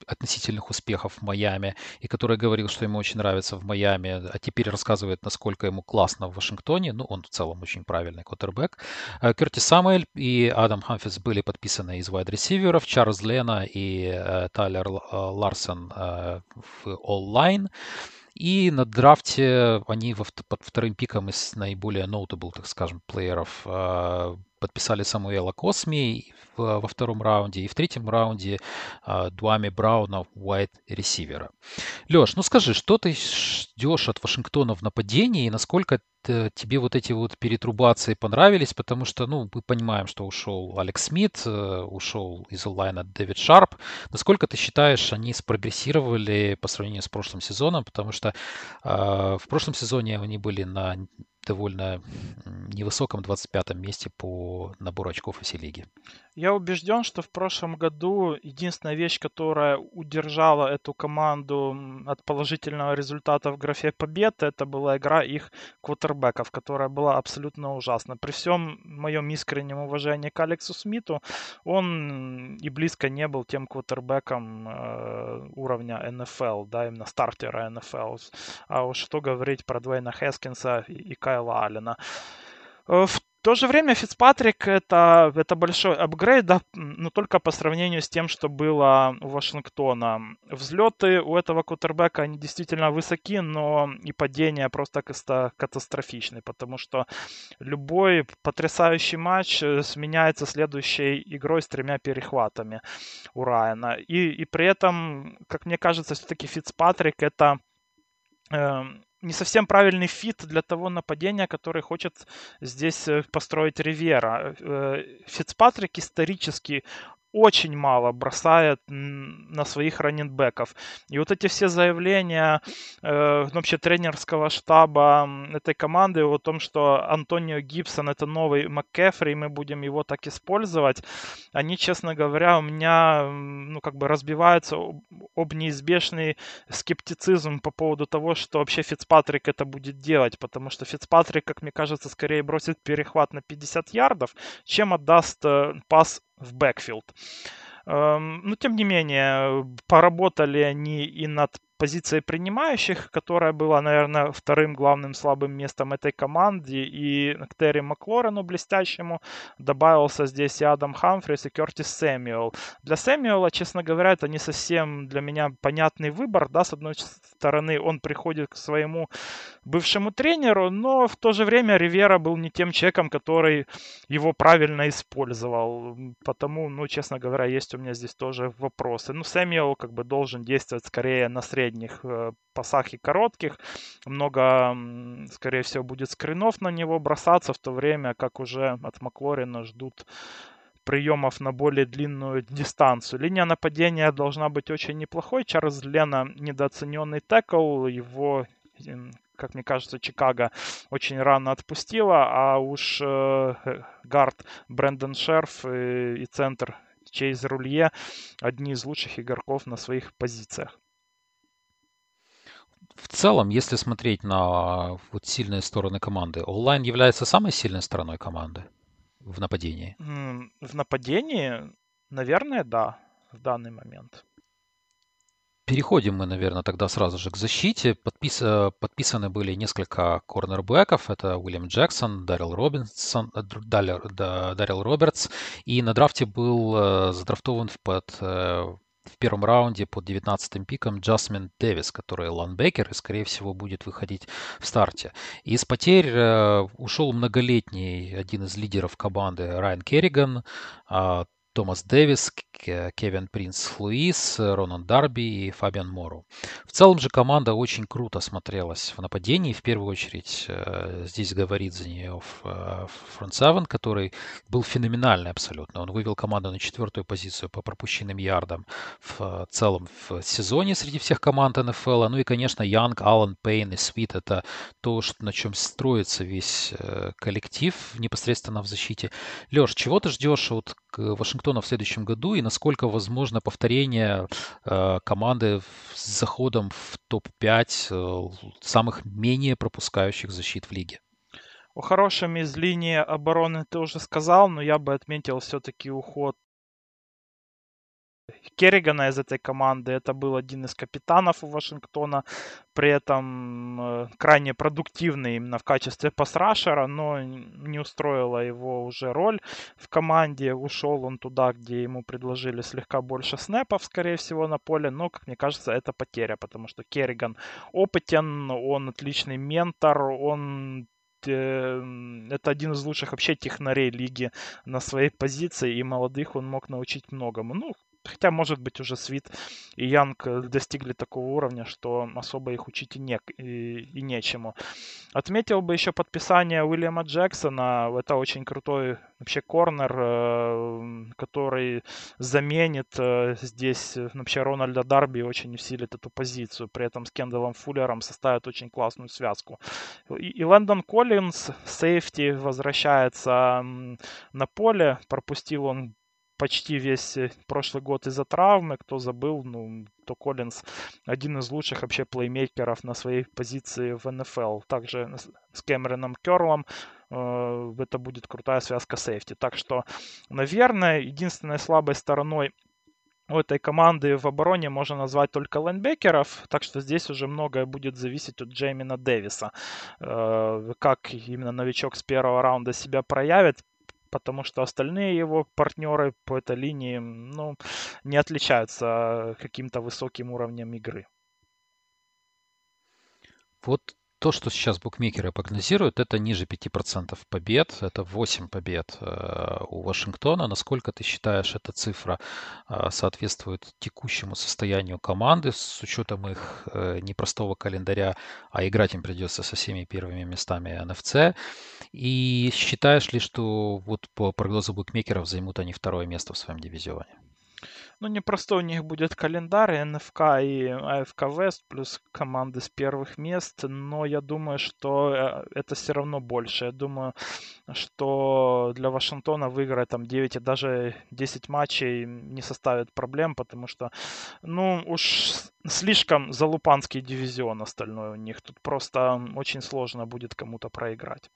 относительных успехов в Майами, и который говорил, что ему очень нравится в Майами, а теперь рассказывает, насколько ему классно в Вашингтоне. Ну, он в целом очень правильный квотербек. Кертис Самуэль и Адам Хамфис были подписаны из вайд-ресиверов, Чарльз Лена и Тайлер Ларсон в all-line. И на драфте они под вторым пиком из наиболее notable, так скажем, плееров подписали Самуэла Косми во втором раунде, и в третьем раунде Дуами Брауна, wide ресивера. Леш, ну скажи, что ты ждешь от Вашингтона в нападении, и насколько тебе вот эти вот перетрубации понравились, потому что, ну, мы понимаем, что ушел Алекс Смит, ушел из онлайна Дэвид Шарп. Насколько ты считаешь, они спрогрессировали по сравнению с прошлым сезоном, потому что в прошлом сезоне они были на довольно невысоком 25-м месте по набору очков всей лиги. Я убежден, что в прошлом году единственная вещь, которая удержала эту команду от положительного результата в графе побед, это была игра их квотербеков, которая была абсолютно ужасна. При всем моем искреннем уважении к Алексу Смиту, он и близко не был тем квотербеком уровня НФЛ, да, именно стартера НФЛ. А уж что говорить про Дуэйна Хескинса и Кайла Аллена. В то же время Фицпатрик это большой апгрейд, да, но только по сравнению с тем, что было у Вашингтона. Взлеты у этого квотербека, они действительно высоки, но и падения просто катастрофичны, потому что любой потрясающий матч сменяется следующей игрой с 3 перехватами у Райана. И при этом, как мне кажется, все-таки Фицпатрик это не совсем правильный фит для того нападения, который хочет здесь построить Ривьера. Фицпатрик исторически очень мало бросает на своих раннинбеков. И вот эти все заявления вообще тренерского штаба этой команды о том, что Антонио Гибсон это новый МакКефри, и мы будем его так использовать, они, честно говоря, у меня разбиваются об неизбежный скептицизм по поводу того, что вообще Фицпатрик это будет делать, потому что Фицпатрик, как мне кажется, скорее бросит перехват на 50 ярдов, чем отдаст пас в бэкфилд. Но, тем не менее, поработали они и над позицией принимающих, которая была, наверное, вторым главным слабым местом этой команды, и к Терри Маклорену блестящему добавился здесь и Адам Хамфрис, и Кертис Сэмюэл. Для Сэмюэла, честно говоря, это не совсем для меня понятный выбор, да, с одной стороны, он приходит к своему бывшему тренеру, но в то же время Ривьера был не тем человеком, который его правильно использовал. Потому, честно говоря, есть у меня здесь тоже вопросы. Сэмюэл должен действовать скорее на средних пасах и коротких. Много, скорее всего, будет скринов на него бросаться, в то время как уже от Маклорина ждут приемов на более длинную дистанцию. Линия нападения должна быть очень неплохой. Чарльз Лена недооцененный текл. Его, как мне кажется, Чикаго очень рано отпустила, а уж гард Брэндон Шерф и центр Чейз Рулье одни из лучших игроков на своих позициях. В целом, если смотреть на вот сильные стороны команды, онлайн является самой сильной стороной команды в нападении? В нападении, наверное, да, в данный момент. Переходим мы, наверное, тогда сразу же к защите. Подписаны были несколько корнербэков. Это Уильям Джексон, Даррел Робертс. И на драфте был задрафтован в первом раунде под 19-м пиком Джасмин Дэвис, который лайнбекер и, скорее всего, будет выходить в старте. Из потерь ушел многолетний один из лидеров команды Райан Керриган, Томас Дэвис, Кевин Принц Луис, Ронан Дарби и Фабиан Мору. В целом же команда очень круто смотрелась в нападении. В первую очередь здесь говорит за нее фронт севен, который был феноменальный абсолютно. Он вывел команду на 4-ю позицию по пропущенным ярдам в целом в сезоне среди всех команд НФЛ. Ну и, конечно, Янг, Аллен, Пейн и Свит — это то, на чем строится весь коллектив непосредственно в защите. Леш, чего ты ждешь от Вашингтона в следующем году и насколько возможно повторение команды с заходом в топ-5 самых менее пропускающих защит в лиге? О хорошем из линии обороны ты уже сказал, но я бы отметил все-таки уход Керригана из этой команды. Это был один из капитанов у Вашингтона, при этом крайне продуктивный именно в качестве пасрашера, но не устроила его уже роль в команде. Ушел он туда, где ему предложили слегка больше снэпов, скорее всего, на поле, но, как мне кажется, это потеря, потому что Керриган опытен, он отличный ментор, он это один из лучших вообще технарей лиги на своей позиции, и молодых он мог научить многому. Ну, хотя, может быть, уже Свит и Янг достигли такого уровня, что особо их учить и нечему. Отметил бы еще подписание Уильяма Джексона. Это очень крутой вообще корнер, который заменит здесь вообще Рональда Дарби и очень усилит эту позицию. При этом с Кендаллом Фуллером составит очень классную связку. И Лэндон Коллинз, сейфти, возвращается на поле. Пропустил он почти весь прошлый год из-за травмы. Кто забыл, ну, то Коллинз один из лучших вообще плеймейкеров на своей позиции в НФЛ. Также с Кэмероном Кёрлом это будет крутая связка сейфти. Так что, наверное, единственной слабой стороной у этой команды в обороне можно назвать только лайнбекеров, так что здесь уже многое будет зависеть от Джеймина Дэвиса. Как именно новичок с первого раунда себя проявит, потому что остальные его партнеры по этой линии, ну, не отличаются каким-то высоким уровнем игры. Вот то, что сейчас букмекеры прогнозируют, это ниже 5% побед, это 8 побед у Вашингтона. Насколько ты считаешь, эта цифра соответствует текущему состоянию команды с учетом их непростого календаря, а играть им придется со всеми первыми местами НФЦ? И считаешь ли, что вот по прогнозу букмекеров займут они второе место в своем дивизионе? Ну, непростой у них будет календарь, НФК и АФК Вест, плюс команды с первых мест, но я думаю, что это все равно больше. Я думаю, что для Вашингтона выиграть там 9 и даже 10 матчей не составит проблем, потому что, ну, уж слишком залупанский дивизион остальной у них. Тут просто очень сложно будет кому-то проиграть.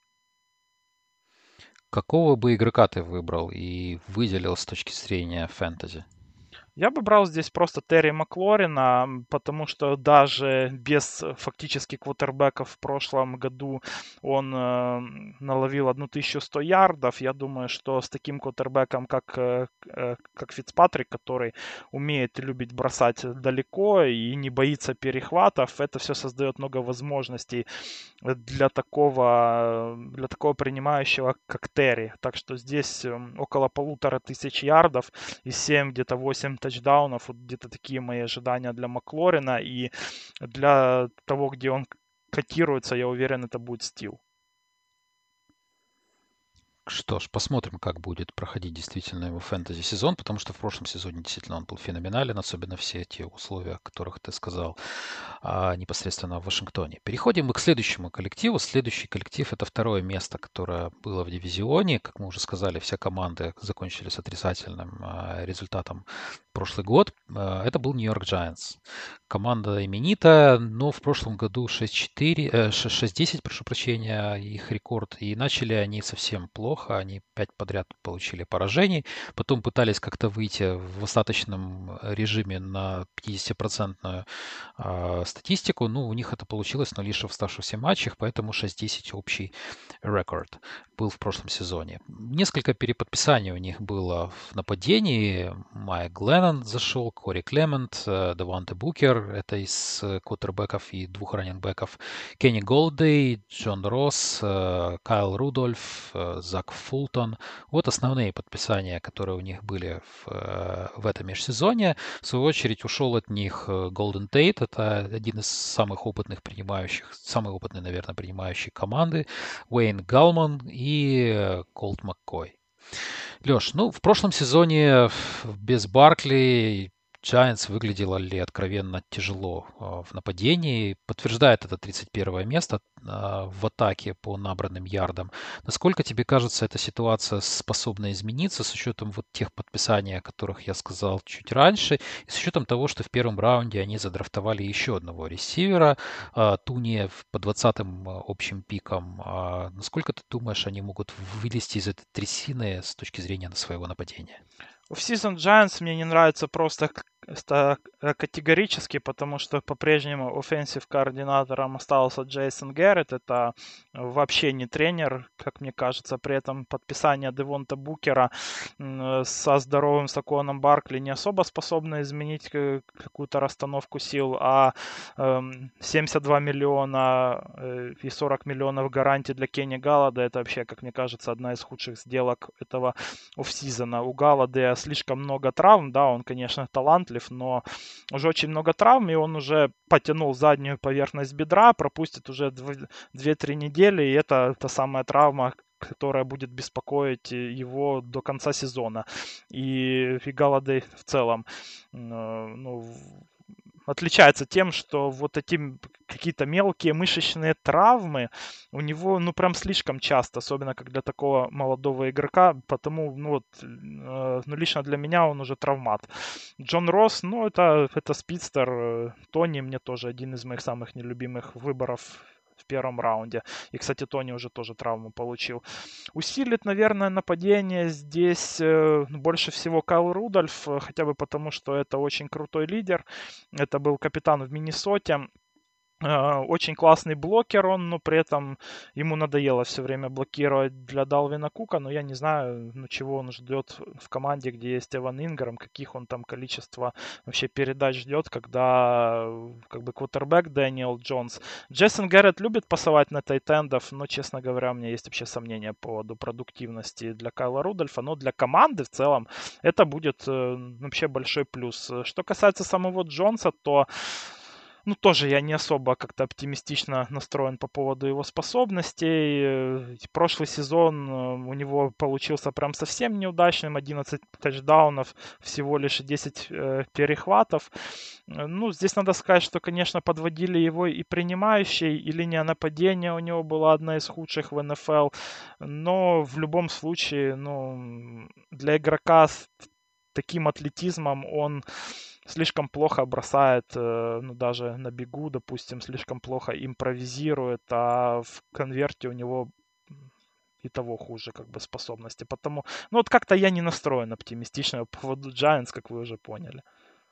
Какого бы игрока ты выбрал и выделил с точки зрения фэнтези? Я бы брал здесь просто Терри Маклорина, потому что даже без фактически квотербека в прошлом году он наловил 1100 ярдов. Я думаю, что с таким квотербеком, как Фицпатрик, который умеет и любит бросать далеко и не боится перехватов, это все создает много возможностей для такого принимающего, как Терри. Так что здесь около 1500 ярдов и 7, где-то 8 тачдаунов. Вот где-то такие мои ожидания для Маклорина. И для того, где он котируется, я уверен, это будет стил. Что ж, посмотрим, как будет проходить действительно его фэнтези-сезон, потому что в прошлом сезоне действительно он был феноменален, особенно все те условия, о которых ты сказал непосредственно в Вашингтоне. Переходим мы к следующему коллективу. Следующий коллектив — это второе место, которое было в дивизионе. Как мы уже сказали, все команды закончили с отрицательным результатом прошлый год. Это был Нью-Йорк Giants. Команда именитая, но в прошлом году 6-10, прошу прощения, их рекорд. И начали они совсем плохо. Они 5 подряд получили поражений. Потом пытались как-то выйти в остаточном режиме на 50% статистику. Ну, у них это получилось, но лишь в оставшихся матчах, поэтому 6-10 общий рекорд был в прошлом сезоне. Несколько переподписаний у них было в нападении. Майк Гленнон зашел, Кори Клемент, Деванте Букер, это из квотербеков и двух раннингбеков, Кенни Голдей, Джон Росс, Кайл Рудольф, Зак Фултон. Вот основные подписания, которые у них были в этом межсезонье. В свою очередь ушел от них Голден Тейт, это один из самых опытных принимающих, самый опытный, наверное, принимающий команды, Уэйн Галман и Колт Маккой. Леш, ну, в прошлом сезоне без Баркли Giants выглядело ли откровенно тяжело в нападении. Подтверждает это 31 место в атаке по набранным ярдам. Насколько тебе кажется, эта ситуация способна измениться с учетом вот тех подписаний, о которых я сказал чуть раньше, и с учетом того, что в первом раунде они задрафтовали еще одного ресивера, Туни по 20-м общим пикам. Насколько ты думаешь, они могут вылезти из этой трясины с точки зрения своего нападения? Off-season Giants мне не нравится просто категорически, потому что по-прежнему offensive координатором остался Джейсон Гарретт. Это вообще не тренер, как мне кажется. При этом подписание Девонта Букера со здоровым Саконом Баркли не особо способно изменить какую-то расстановку сил, а 72 миллиона и 40 миллионов гарантий для Кенни Галлада — это вообще, как мне кажется, одна из худших сделок этого офсизона. У Галладея слишком много травм, да, он, конечно, талантлив, но уже очень много травм, и он уже потянул заднюю поверхность бедра, пропустит уже 2-3 недели, и это та самая травма, которая будет беспокоить его до конца сезона. И Галладей в целом, ну, отличается тем, что вот эти какие-то мелкие мышечные травмы у него, ну, прям слишком часто, особенно как для такого молодого игрока, потому, ну, вот, ну, лично для меня он уже травмат. Джон Росс, ну, это спидстер. Тони мне тоже один из моих самых нелюбимых выборов в первом раунде. И, кстати, Тони уже тоже травму получил. Усилит, наверное, нападение здесь больше всего Кайл Рудольф, хотя бы потому, что это очень крутой лидер. Это был капитан в Миннесоте. Очень классный блокер он, но при этом ему надоело все время блокировать для Далвина Кука, но я не знаю, ну, чего он ждет в команде, где есть Эван Инграм, каких он там количество вообще передач ждет, когда как бы квотербек Дэниел Джонс. Джейсон Гарретт любит пасовать на тайтендов, но, честно говоря, у меня есть вообще сомнения по поводу продуктивности для Кайла Рудольфа, но для команды в целом это будет вообще большой плюс. Что касается самого Джонса, то ну, тоже я не особо как-то оптимистично настроен по поводу его способностей. Прошлый сезон у него получился прям совсем неудачным. 11 тачдаунов, всего лишь 10 перехватов. Ну, здесь надо сказать, что, конечно, подводили его и принимающие, и линия нападения у него была одна из худших в НФЛ. Но в любом случае, ну, для игрока с таким атлетизмом он слишком плохо бросает, ну, даже на бегу, допустим, слишком плохо импровизирует, а в конверте у него и того хуже как бы способности. Потому, ну, вот как-то я не настроен оптимистично по поводу Giants, как вы уже поняли.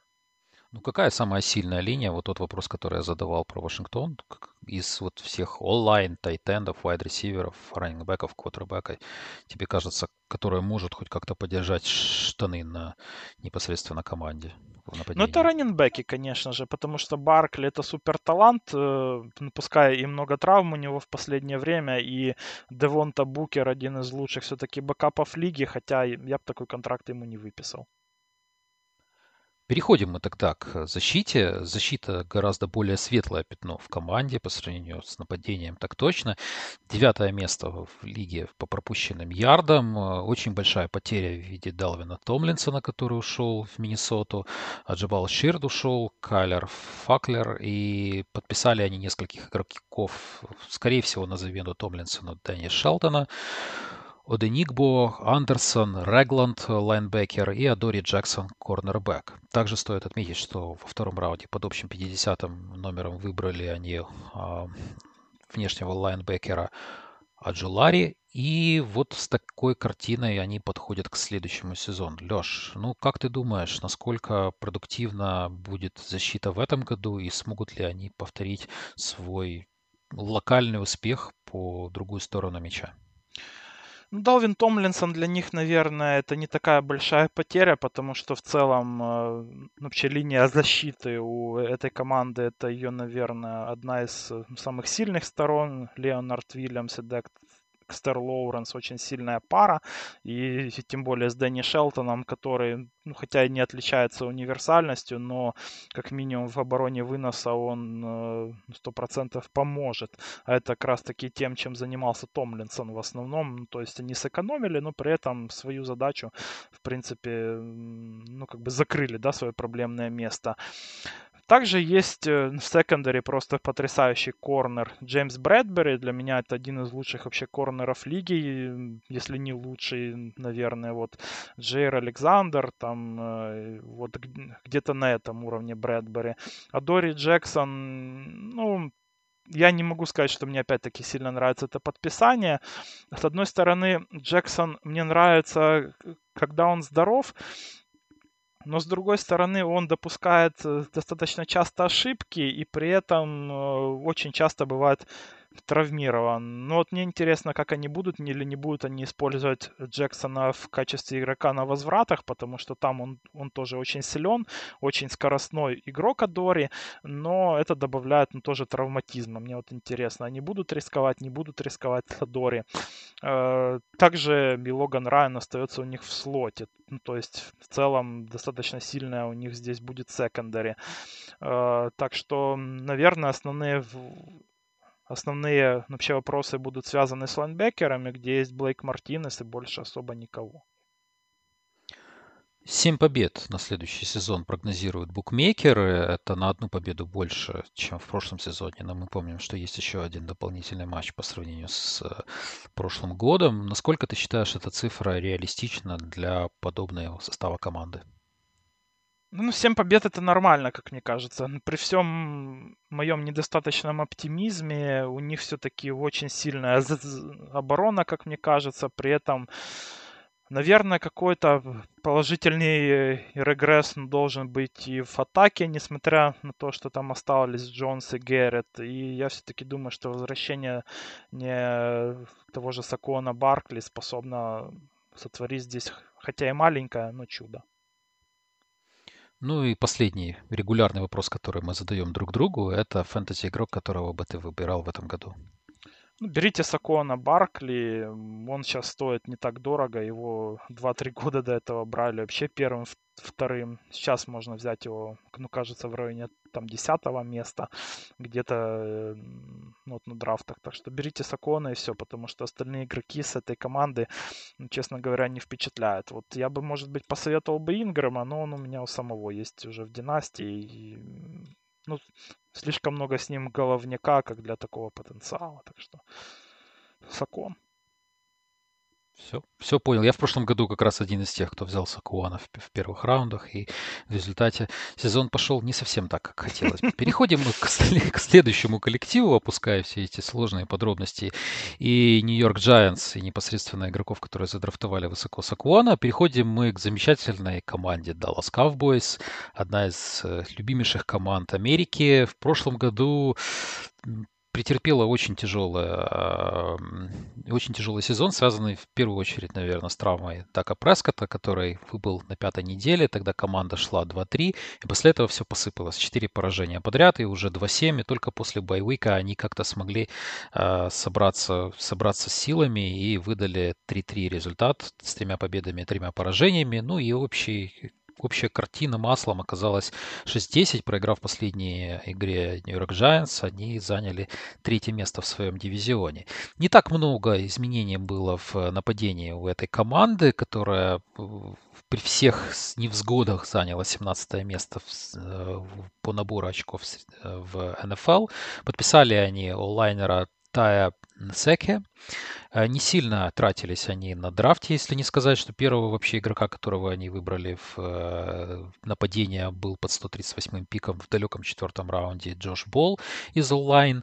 Ну, какая самая сильная линия? Вот тот вопрос, который я задавал про Вашингтон. Из вот всех онлайн, тайтендов, вайд-ресиверов, раннингбеков, квотербека, тебе кажется, которая может хоть как-то поддержать штаны на непосредственно команде в Ну, это нападении? раненбеки, конечно же, потому что Баркли — это супер талант, ну, пускай и много травм у него в последнее время, и Девонта Букер — один из лучших все-таки бэкапов лиги, хотя я бы такой контракт ему не выписал. Переходим мы тогда к защите. Защита гораздо более светлое пятно в команде по сравнению с нападением, так точно. 9 место в лиге по пропущенным ярдам. Очень большая потеря в виде Далвина Томлинсона, который ушел в Миннесоту. Аджибал Ширд ушел, Кайлер Факлер. И подписали они нескольких игроков. Скорее всего, на замену Томлинсону Дэнни Шелтона. Оденигбо, Андерсон, Регланд, лайнбекер и Адори Джексон, корнербэк. Также стоит отметить, что во втором раунде под общим 50-м номером выбрали они внешнего лайнбекера Аджулари. И вот с такой картиной они подходят к следующему сезону. Леш, ну как ты думаешь, насколько продуктивна будет защита в этом году и смогут ли они повторить свой локальный успех по другую сторону мяча? Ну, Далвин Томлинсон для них, наверное, это не такая большая потеря, потому что в целом вообще линия защиты у этой команды — это ее, наверное, одна из самых сильных сторон. Леонард Уильямс и Декстер Лоуренс — очень сильная пара, и тем более с Дэнни Шелтоном, который, ну, хотя и не отличается универсальностью, но как минимум в обороне выноса он 100% поможет. А это как раз таки тем, чем занимался Томлинсон в основном. Ну, то есть они сэкономили, но при этом свою задачу, в принципе, ну, как бы закрыли, да, свое проблемное место. Также есть в секондаре просто потрясающий корнер Джеймс Брэдбери. Для меня это один из лучших вообще корнеров лиги, если не лучший, наверное. Вот Джейр Александр, там вот где-то на этом уровне Брэдбери. А Дори Джексон, ну, я не могу сказать, что мне опять-таки сильно нравится это подписание. С одной стороны, Джексон мне нравится когда он здоров, но с другой стороны он допускает достаточно часто ошибки и при этом очень часто бывает травмирован. Но вот мне интересно, как они будут или не будут они использовать Джексона в качестве игрока на возвратах, потому что там он тоже очень силен, очень скоростной игрок Адори, но это добавляет тоже травматизма. Мне вот интересно, они будут рисковать, не будут рисковать Адори. Также и Логан Райан остается у них в слоте. Ну, то есть в целом достаточно сильная у них здесь будет секондари. Так что, наверное, основные вообще вопросы будут связаны с лайнбекерами, где есть Блейк Мартинес и больше особо никого. 7 побед на следующий сезон прогнозируют букмекеры. Это на одну победу больше, чем в прошлом сезоне. Но мы помним, что есть еще один дополнительный матч по сравнению с прошлым годом. Насколько ты считаешь, эта цифра реалистична для подобного состава команды? Ну, 7 побед это нормально, как мне кажется. При всем моем недостаточном оптимизме у них все-таки очень сильная оборона, как мне кажется. При этом, наверное, какой-то положительный регресс должен быть и в атаке, несмотря на то, что там остались Джонс и Геррет. И я все-таки думаю, что возвращение не того же Сакона Баркли способно сотворить здесь, хотя и маленькое, но чудо. Ну и последний регулярный вопрос, который мы задаем друг другу, это фэнтези-игрок, которого бы ты выбирал в этом году. Ну, берите Сакона Баркли, он сейчас стоит не так дорого, его 2-3 года до этого брали вообще первым, вторым. Сейчас можно взять его, ну, кажется, в районе там 10 места, где-то ну, вот на драфтах. Так что берите Сакона и все, потому что остальные игроки с этой команды, ну, честно говоря, не впечатляют. Вот я бы, может быть, посоветовал бы Ингрэма, но он у меня у самого есть уже в династии. И, ну, слишком много с ним головняка, как для такого потенциала. Так что Сакон. Все понял. Я в прошлом году как раз один из тех, кто взял Сакуана в первых раундах, и в результате сезон пошел не совсем так, как хотелось бы. Переходим мы к следующему коллективу, опуская все эти сложные подробности и Нью-Йорк Giants, и непосредственно игроков, которые задрафтовали высоко Сакуана. Переходим мы к замечательной команде Dallas Cowboys, одна из любимейших команд Америки. В прошлом году претерпела очень тяжелый сезон, связанный в первую очередь, наверное, с травмой Дака Прескотта, который выбыл на 5-й неделе. Тогда команда шла 2-3, и после этого все посыпалось. 4 поражения подряд, и уже 2-7, и только после байвика они как-то смогли собраться с силами и выдали 3-3 результат с 3 победами и 3 поражениями. Ну и общая картина маслом оказалась 6-10. Проиграв в последней игре Нью-Йорк Giants, они заняли третье место в своем дивизионе. Не так много изменений было в нападении у этой команды, которая при всех невзгодах заняла 17 место по набору очков в НФЛ. Подписали они онлайнера Тая Нсеке. Не сильно тратились они на драфте, если не сказать, что первого вообще игрока, которого они выбрали в нападение, был под 138-м пиком в далеком 4-м раунде Джош Болл из онлайн.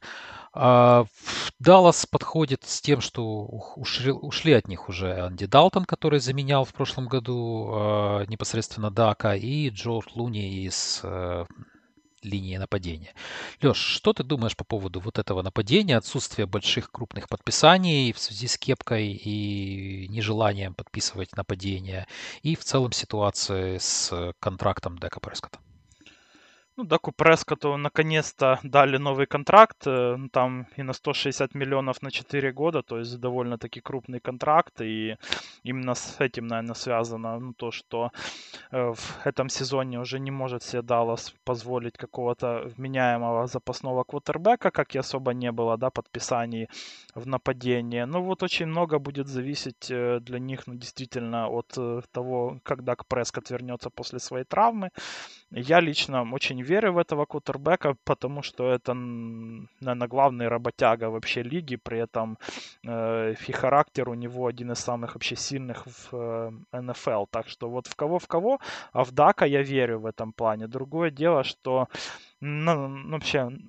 Даллас подходит с тем, что ушли от них уже Анди Далтон, который заменял в прошлом году непосредственно Дака, и Джо Луни из линии нападения. Леш, что ты думаешь по поводу вот этого нападения, отсутствия больших крупных подписаний в связи с кепкой и нежеланием подписывать нападения, и в целом ситуации с контрактом Дака Прескотта? Ну, Даку Прескотту наконец-то дали новый контракт, ну, там и на 160 миллионов на 4 года, то есть довольно-таки крупный контракт, и именно с этим, наверное, связано ну, то, что в этом сезоне уже не может себе Даллас позволить какого-то вменяемого запасного квотербека, как и особо не было, да, подписаний в нападении. Ну, вот очень много будет зависеть для них, ну, действительно, от того, как Дак Прескотт вернется после своей травмы. Я лично очень верю в этого квотербека, потому что это, наверное, главный работяга вообще лиги, при этом и характер у него один из самых вообще сильных в НФЛ. Так что вот в кого, а в Дака я верю в этом плане. Другое дело, что ну, вообще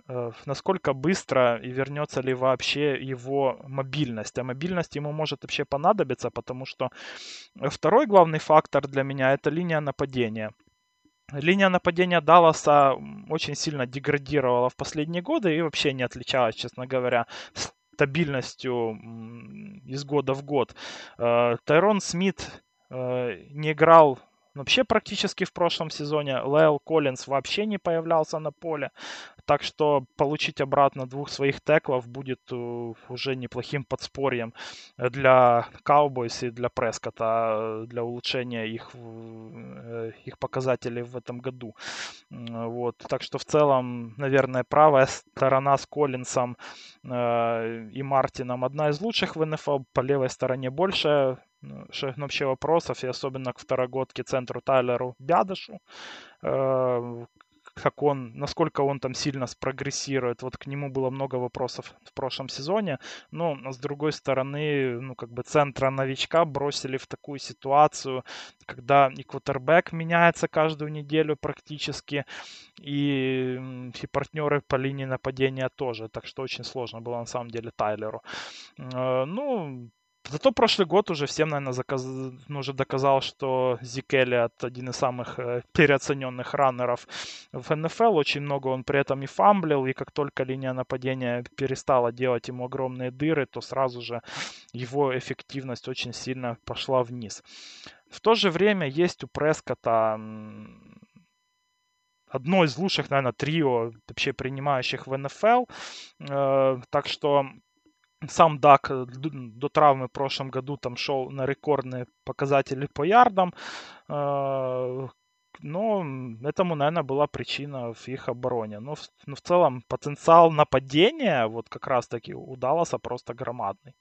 насколько быстро и вернется ли вообще его мобильность. А мобильность ему может вообще понадобиться, потому что второй главный фактор для меня — это линия нападения. Линия нападения Далласа очень сильно деградировала в последние годы и вообще не отличалась, честно говоря, стабильностью из года в год. Тайрон Смит не играл вообще практически в прошлом сезоне. Лейл Коллинз вообще не появлялся на поле. Так что получить обратно двух своих теклов будет уже неплохим подспорьем для Cowboys и для Прескота, для улучшения их показателей в этом году. Вот. Так что в целом, наверное, правая сторона с Коллинсом и Мартином одна из лучших в НФЛ. По левой стороне больше вообще вопросов, и особенно к второгодке центру Тайлеру Бядышу, насколько он там сильно спрогрессирует. Вот к нему было много вопросов в прошлом сезоне. Но с другой стороны, центра новичка бросили в такую ситуацию, когда и квотербек меняется каждую неделю практически, и партнеры по линии нападения тоже. Так что очень сложно было на самом деле Тайлеру. Зато прошлый год уже всем, наверное, уже доказал, что Зик Эллиотт один из самых переоцененных раннеров в НФЛ. Очень много он при этом и фамблил, и как только линия нападения перестала делать ему огромные дыры, то сразу же его эффективность очень сильно пошла вниз. В то же время есть у Прескотта одно из лучших, наверное, трио вообще принимающих в НФЛ. Так что сам Дак до травмы в прошлом году там шел на рекордные показатели по ярдам. Но этому, наверное, была причина в их обороне. Но в целом потенциал нападения вот как раз-таки у Далласа просто громадный.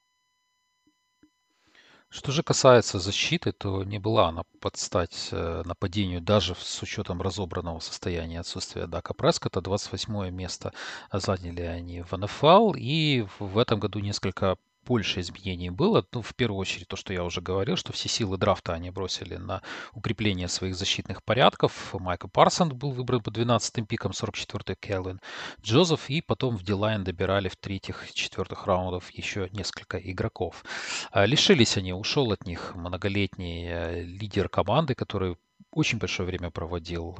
Что же касается защиты, то не была она под стать нападению даже с учетом разобранного состояния отсутствия Дака Прескотта. 28 место заняли они в НФЛ, и в этом году несколько больше изменений было. Ну, в первую очередь, то, что я уже говорил, что все силы драфта они бросили на укрепление своих защитных порядков. Майкл Парсон был выбран по 12-м пикам, 44-й Келвин Джозеф, и потом в Дилайн добирали в третьих и четвертых раундах еще несколько игроков. Лишились они, ушел от них многолетний лидер команды, который очень большое время проводил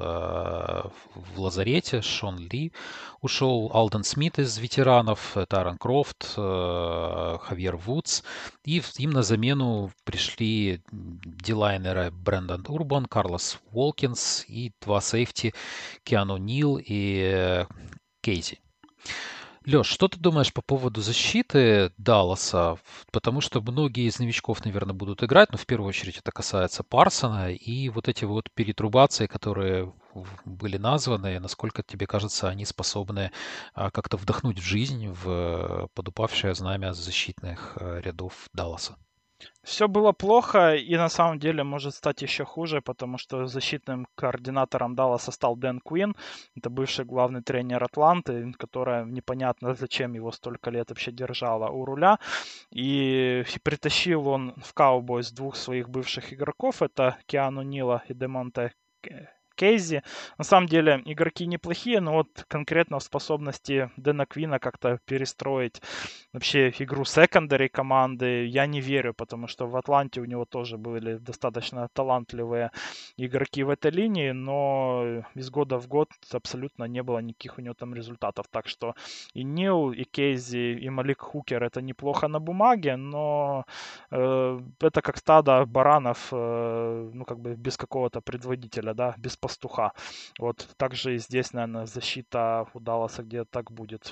в лазарете. Шон Ли ушел, Алден Смит из ветеранов, Таран Крофт, Хавьер Вудс. И им на замену пришли дилайнеры Брэндон Урбан, Карлос Уолкинс и два сейфти Киану Нил и Кейзи. Леш, что ты думаешь по поводу защиты Далласа? Потому что многие из новичков, наверное, будут играть, но в первую очередь это касается Парсона. И вот эти вот перетрубации, которые были названы, насколько тебе кажется, они способны как-то вдохнуть в жизнь в подупавшее знамя защитных рядов Далласа? Все было плохо и на самом деле может стать еще хуже, потому что защитным координатором Далласа стал Дэн Куин. Это бывший главный тренер Атланты, которая непонятно зачем его столько лет вообще держала у руля. И притащил он в Cowboys двух своих бывших игроков. Это Киану Нила и Демонте Кейзи. На самом деле игроки неплохие, но вот конкретно в способности Дэна Квина как-то перестроить вообще игру секондари команды я не верю, потому что в Атланте у него тоже были достаточно талантливые игроки в этой линии, но из года в год абсолютно не было никаких у него там результатов. Так что и Нил, и Кейзи, и Малик Хукер это неплохо на бумаге, но это как стадо баранов, без какого-то предводителя, да, без пастуха. Вот также и здесь, наверное, защита у Далласа где-то так будет.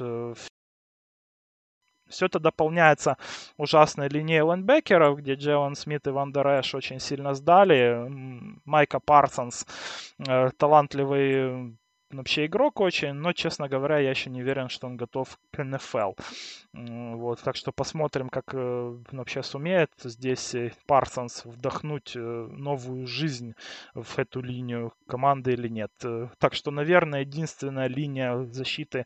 Все это дополняется ужасной линией лайнбекеров, где Джейлон Смит и Ван Дер Эш очень сильно сдали. Майка Парсонс талантливый вообще игрок очень, но, честно говоря, я еще не уверен, что он готов к НФЛ. Вот, так что посмотрим, как вообще сумеет здесь Парсонс вдохнуть новую жизнь в эту линию команды или нет. Так что, наверное, единственная линия защиты,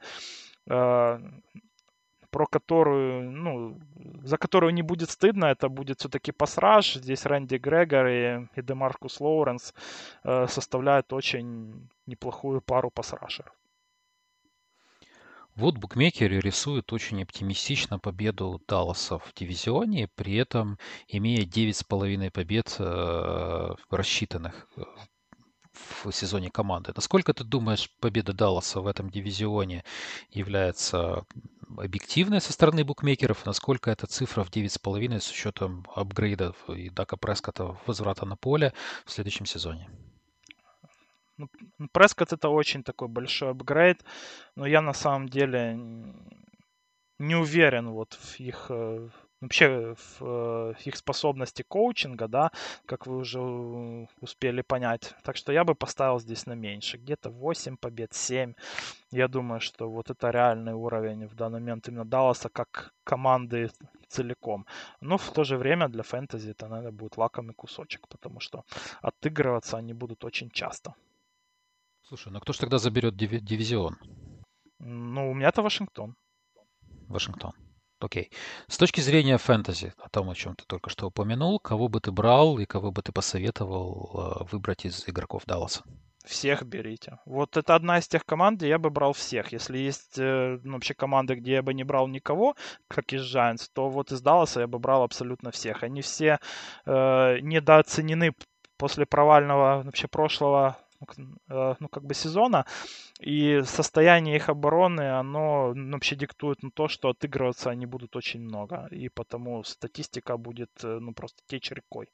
про которую, за которую не будет стыдно, это будет все-таки пасраж. Здесь Рэнди Грегори и Демаркус Лоуренс составляют очень неплохую пару пасрашеров. Вот букмекеры рисуют очень оптимистично победу Далласа в дивизионе, при этом имея 9,5 побед рассчитанных в сезоне команды. Насколько ты думаешь, победа Далласа в этом дивизионе является объективной со стороны букмекеров? Насколько эта цифра в 9,5 с учетом апгрейдов и Дака Прескотта возврата на поле в следующем сезоне? Ну, Прескотт это очень такой большой апгрейд, но я на самом деле не уверен вот в их вообще в их способности коучинга, да, как вы уже успели понять. Так что я бы поставил здесь на меньше, где-то 8 побед, 7. Я думаю, что вот это реальный уровень в данный момент именно Далласа как команды целиком. Но в то же время для фэнтези это, наверное, будет лакомый кусочек, потому что отыгрываться они будут очень часто. Слушай, ну кто же тогда заберет дивизион? Ну, у меня это Вашингтон. Вашингтон. Окей. С точки зрения фэнтези, о том, о чем ты только что упомянул, кого бы ты брал и кого бы ты посоветовал выбрать из игроков Далласа? Всех берите. Вот это одна из тех команд, где я бы брал всех. Если есть ну, вообще команды, где я бы не брал никого, как из Giants, то вот из Далласа я бы брал абсолютно всех. Они все недооценены после провального вообще прошлого ну, как бы сезона. И состояние их обороны, оно вообще диктует то, что отыгрываться они будут очень много. И потому статистика будет ну, просто течь рекой.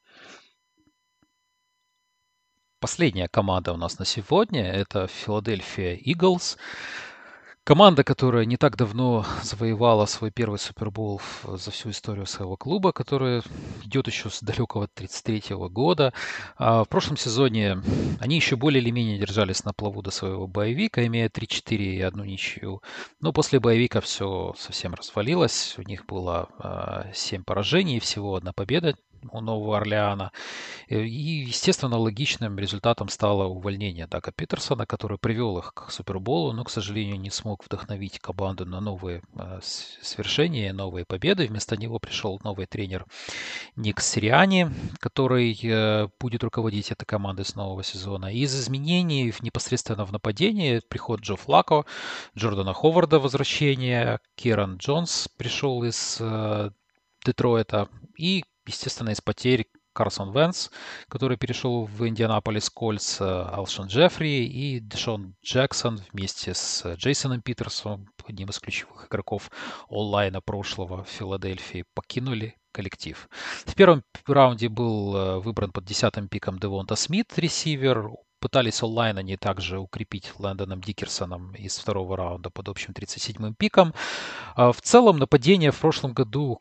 Последняя команда у нас на сегодня — это Филадельфия Иглс. Команда, которая не так давно завоевала свой первый Супербол за всю историю своего клуба, которая идет еще с далекого 1933 года. В прошлом сезоне они еще более или менее держались на плаву до своего боевика, имея 3-4 и одну ничью. Но после боевика все совсем развалилось. У них было 7 поражений и всего одна победа у Нового Орлеана. И, естественно, логичным результатом стало увольнение Дага Питерсона, который привел их к Суперболу, но, к сожалению, не смог вдохновить команду на новые свершения, новые победы. Вместо него пришел новый тренер Ник Сириани, который будет руководить этой командой с нового сезона. Из изменений непосредственно в нападении приход Джо Флако, Джордана Ховарда возвращение, Киран Джонс пришел из Детройта и, естественно, из потерь Карсон Венс, который перешел в Индианаполис Кольц, Алшон Джеффри и Дэшон Джексон вместе с Джейсоном Питерсом, одним из ключевых игроков онлайна прошлого в Филадельфии, покинули коллектив. В первом раунде был выбран под 10-м пиком Девонта Смит, ресивер. Пытались онлайн они также укрепить Лэндоном Дикерсоном из второго раунда под общим 37-м пиком. В целом нападение в прошлом году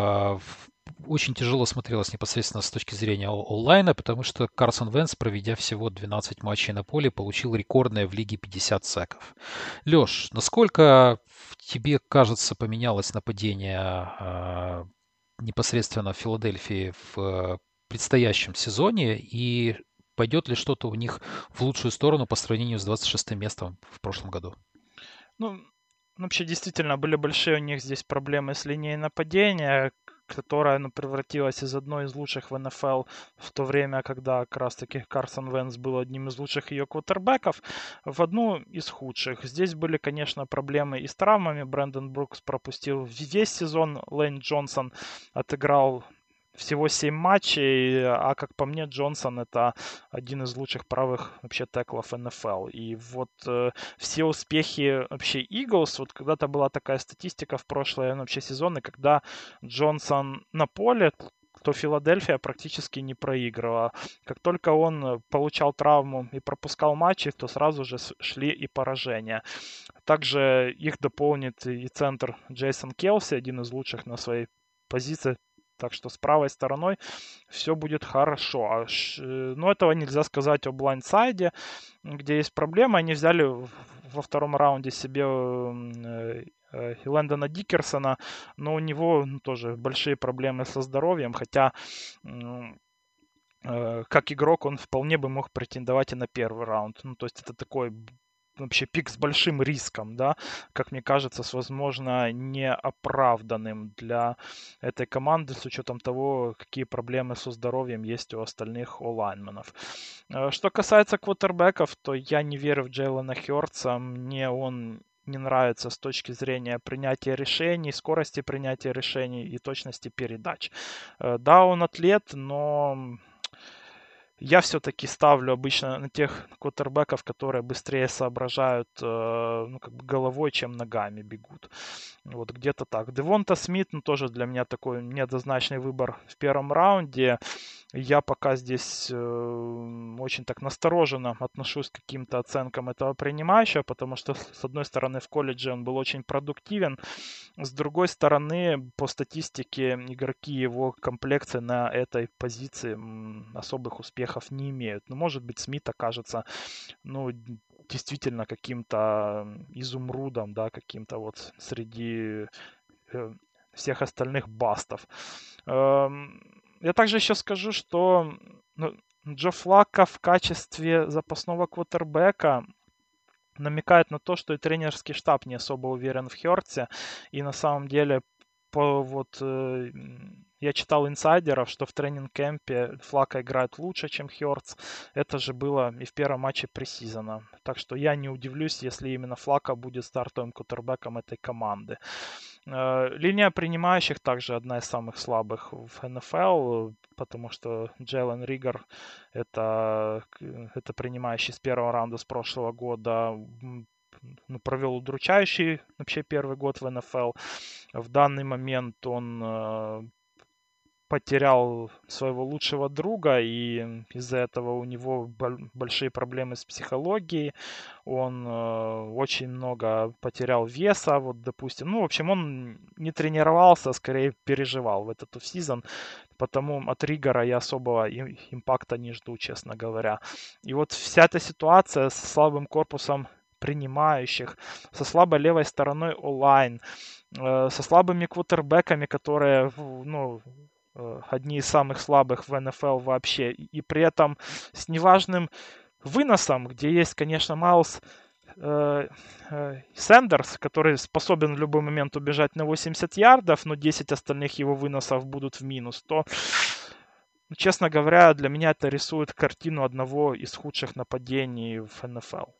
очень тяжело смотрелось непосредственно с точки зрения онлайна, потому что Карсон Венс, проведя всего 12 матчей на поле, получил рекордное в лиге 50 секов. Леш, насколько тебе кажется поменялось нападение непосредственно в Филадельфии в предстоящем сезоне и пойдет ли что-то у них в лучшую сторону по сравнению с 26-м местом в прошлом году? Ну, вообще действительно были большие у них здесь проблемы с линией нападения, которая ну, превратилась из одной из лучших в НФЛ в то время, когда как раз-таки Карсон Венс был одним из лучших ее квотербеков, в одну из худших. Здесь были, конечно, проблемы и с травмами. Брэндон Брукс пропустил весь сезон, Лейн Джонсон отыграл всего 7 матчей, а как по мне, Джонсон это один из лучших правых вообще теклов НФЛ. И вот все успехи вообще Eagles, вот когда-то была такая статистика в прошлые вообще сезоны, когда Джонсон на поле, то Филадельфия практически не проигрывала. Как только он получал травму и пропускал матчи, то сразу же шли и поражения. Также их дополнит и центр Джейсон Келси, один из лучших на своей позиции. Так что с правой стороной все будет хорошо. Но этого нельзя сказать о блайндсайде, где есть проблемы. Они взяли во втором раунде себе Лэндона Дикерсона, но у него тоже большие проблемы со здоровьем, хотя как игрок он вполне бы мог претендовать и на первый раунд. Ну, то есть это такой вообще пик с большим риском, да, как мне кажется, с, возможно, неоправданным для этой команды с учетом того, какие проблемы со здоровьем есть у остальных олайнменов. Что касается квотербеков, то я не верю в Джейлена Хёртса, мне он не нравится с точки зрения принятия решений, скорости принятия решений и точности передач. Да, он атлет, но я все-таки ставлю обычно на тех квотербеков, которые быстрее соображают как бы головой, чем ногами бегут. Вот где-то так. Девонта Смит, ну, тоже для меня такой неоднозначный выбор в первом раунде. Я пока здесь очень так настороженно отношусь к каким-то оценкам этого принимающего, потому что, с одной стороны, в колледже он был очень продуктивен, с другой стороны, по статистике, игроки его комплекции на этой позиции особых успехов не имеют. Ну, может быть, Смит окажется, ну, действительно каким-то изумрудом, да, каким-то вот среди всех остальных бастов. Я также еще скажу, что Джо Флако в качестве запасного квотербека намекает на то, что и тренерский штаб не особо уверен в Хёртсе. И на самом деле, я читал инсайдеров, что в тренинг-кемпе Флако играет лучше, чем Хёртс. Это же было и в первом матче пресизона. Так что я не удивлюсь, если именно Флако будет стартовым квотербеком этой команды. Линия принимающих также одна из самых слабых в НФЛ, потому что Джейлен Риггер это принимающий с первого раунда с прошлого года, провел удручающий вообще первый год в НФЛ. В данный момент он потерял своего лучшего друга, и из-за этого у него большие проблемы с психологией. Он очень много потерял веса, вот, допустим. Ну, в общем, он не тренировался, а скорее переживал в этот оффсизон. Потому от Риггера я особого импакта не жду, честно говоря. И вот вся эта ситуация с слабым корпусом принимающих, со слабой левой стороной онлайн, со слабыми квотербеками, которые, ну, одни из самых слабых в НФЛ вообще. И при этом с неважным выносом, где есть, конечно, Майлз Сэндерс, который способен в любой момент убежать на 80 ярдов, но 10 остальных его выносов будут в минус, то, честно говоря, для меня это рисует картину одного из худших нападений в НФЛ.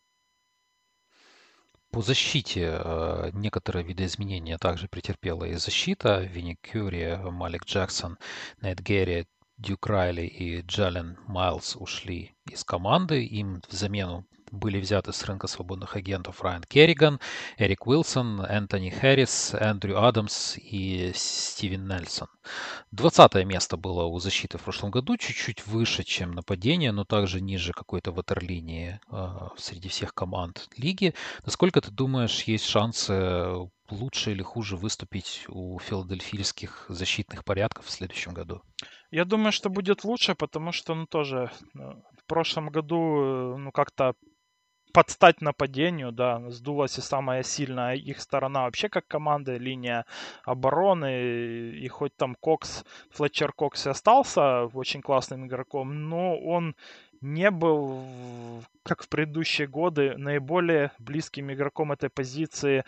По защите некоторые видоизменения также претерпела и защита. Винни Кюри, Малик Джексон, Нед Герри, Дюк Райли и Джален Майлз ушли из команды. Им в замену были взяты с рынка свободных агентов Райан Керриган, Эрик Уилсон, Энтони Хэррис, Эндрю Адамс и Стивен Нельсон. 20 место было у защиты в прошлом году, чуть-чуть выше, чем нападение, но также ниже какой-то ватерлинии среди всех команд лиги. Насколько ты думаешь, есть шансы лучше или хуже выступить у филадельфийских защитных порядков в следующем году? Я думаю, что будет лучше, потому что, тоже в прошлом году, как-то под стать нападению, да, сдулась и самая сильная их сторона вообще как команда, линия обороны, и хоть там Флетчер Кокс и остался очень классным игроком, но он не был, как в предыдущие годы, наиболее близким игроком этой позиции,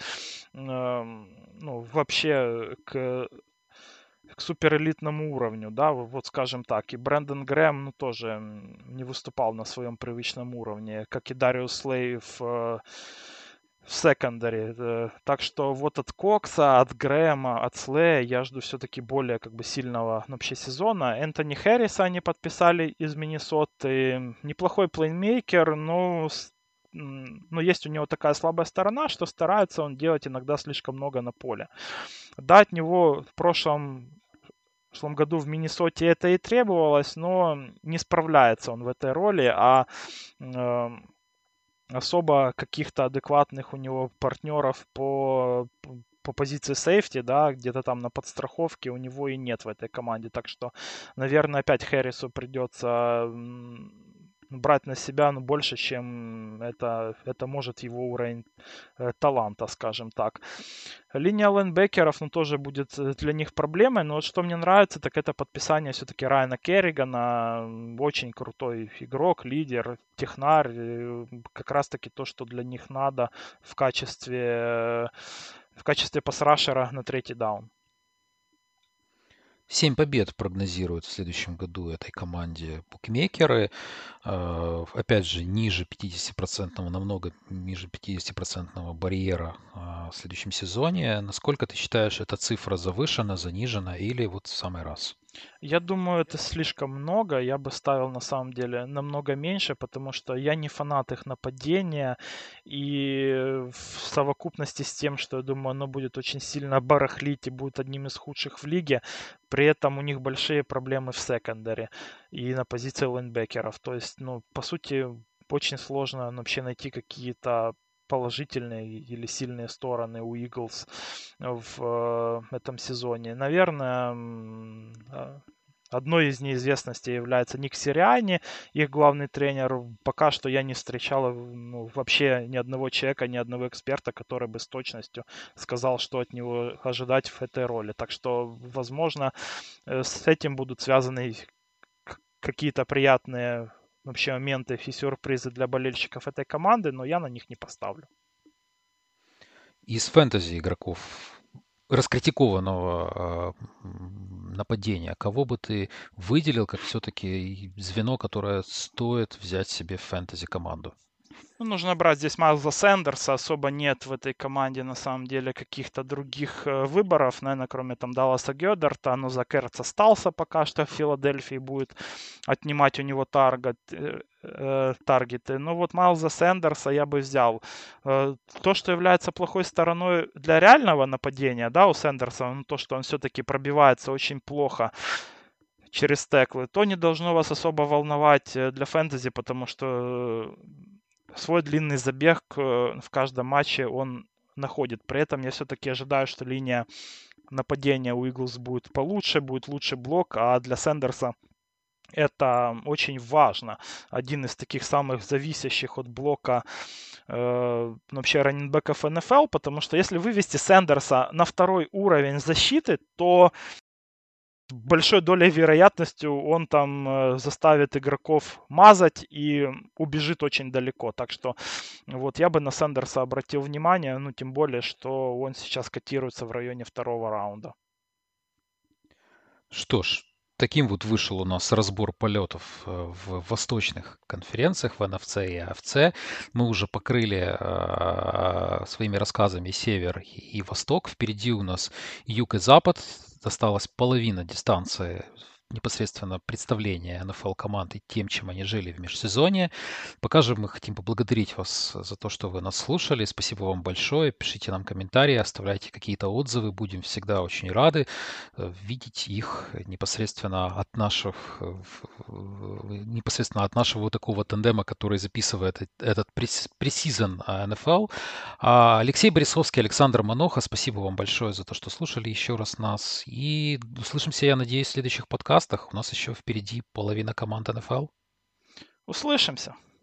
вообще к суперэлитному уровню, да, вот скажем так. И Брэндон Грэм, тоже не выступал на своем привычном уровне, как и Дариус Слей в секондаре. Так что вот от Кокса, от Грэма, от Слея я жду все-таки более как бы сильного вообще сезона. Энтони Хэрриса они подписали из Миннесоты. Неплохой плеймейкер, но есть у него такая слабая сторона, что старается он делать иногда слишком много на поле. Да, от него в прошлом году в Миннесоте это и требовалось, но не справляется он в этой роли, а особо каких-то адекватных у него партнеров по позиции сейфти, да, где-то там на подстраховке у него и нет в этой команде. Так что, наверное, опять Хэррису придется брать на себя больше, чем это может его уровень таланта, скажем так. Линия лайнбекеров, тоже будет для них проблемой, но вот что мне нравится, так это подписание все-таки Райана Керригана, очень крутой игрок, лидер, технарь, как раз-таки то, что для них надо в качестве пасрашера на третий даун. 7 побед прогнозируют в следующем году этой команде букмекеры. Опять же, ниже 50%, намного ниже 50% барьера в следующем сезоне. Насколько ты считаешь, эта цифра завышена, занижена или вот в самый раз? Я думаю, это слишком много. Я бы ставил на самом деле намного меньше, потому что я не фанат их нападения. И в совокупности с тем, что я думаю, оно будет очень сильно барахлить и будет одним из худших в лиге, при этом у них большие проблемы в секондаре и на позиции лайнбекеров. То есть, ну, по сути, очень сложно вообще найти какие-то положительные или сильные стороны у Eagles в этом сезоне. Наверное, одной из неизвестностей является Ник Сириани, их главный тренер. Пока что я не встречал ну, вообще ни одного человека, ни одного эксперта, который бы с точностью сказал, что от него ожидать в этой роли. Так что, возможно, с этим будут связаны какие-то приятные вообще моменты и сюрпризы для болельщиков этой команды, но я на них не поставлю. Из фэнтези игроков раскритикованного нападения, кого бы ты выделил как все-таки звено, которое стоит взять себе в фэнтези команду? Ну, нужно брать здесь Майлза Сэндерса. Особо нет в этой команде, на самом деле, каких-то других выборов, наверное, кроме там Далласа Гёдерта. Но Зак Эрц остался пока что в Филадельфии, будет отнимать у него таргеты. Ну вот Майлза Сэндерса я бы взял. То, что является плохой стороной для реального нападения, да, у Сэндерса, ну, то, что он все-таки пробивается очень плохо через теклы, то не должно вас особо волновать для фэнтези, потому что свой длинный забег в каждом матче он находит. При этом я все-таки ожидаю, что линия нападения у Иглс будет получше, будет лучше блок, а для Сендерса это очень важно. Один из таких самых зависящих от блока вообще раннинбеков НФЛ, потому что если вывести Сендерса на второй уровень защиты, то большой долей вероятностью он там заставит игроков мазать и убежит очень далеко. Так что вот я бы на Сандерса обратил внимание, ну тем более, что он сейчас котируется в районе второго раунда. Что ж, таким вот вышел у нас разбор полетов в восточных конференциях, в NFC и AFC. Мы уже покрыли своими рассказами север и восток. Впереди у нас юг и запад. Осталась половина дистанции непосредственно представления НФЛ команд и тем, чем они жили в межсезонье. Пока же мы хотим поблагодарить вас за то, что вы нас слушали. Спасибо вам большое. Пишите нам комментарии, оставляйте какие-то отзывы. Будем всегда очень рады видеть их непосредственно от нашего вот такого тандема, который записывает этот пресизон НФЛ. Алексей Борисовский, Александр Маноха, спасибо вам большое за то, что слушали еще раз нас. И услышимся, я надеюсь, в следующих подкастах. У нас еще впереди половина команд НФЛ. Услышимся!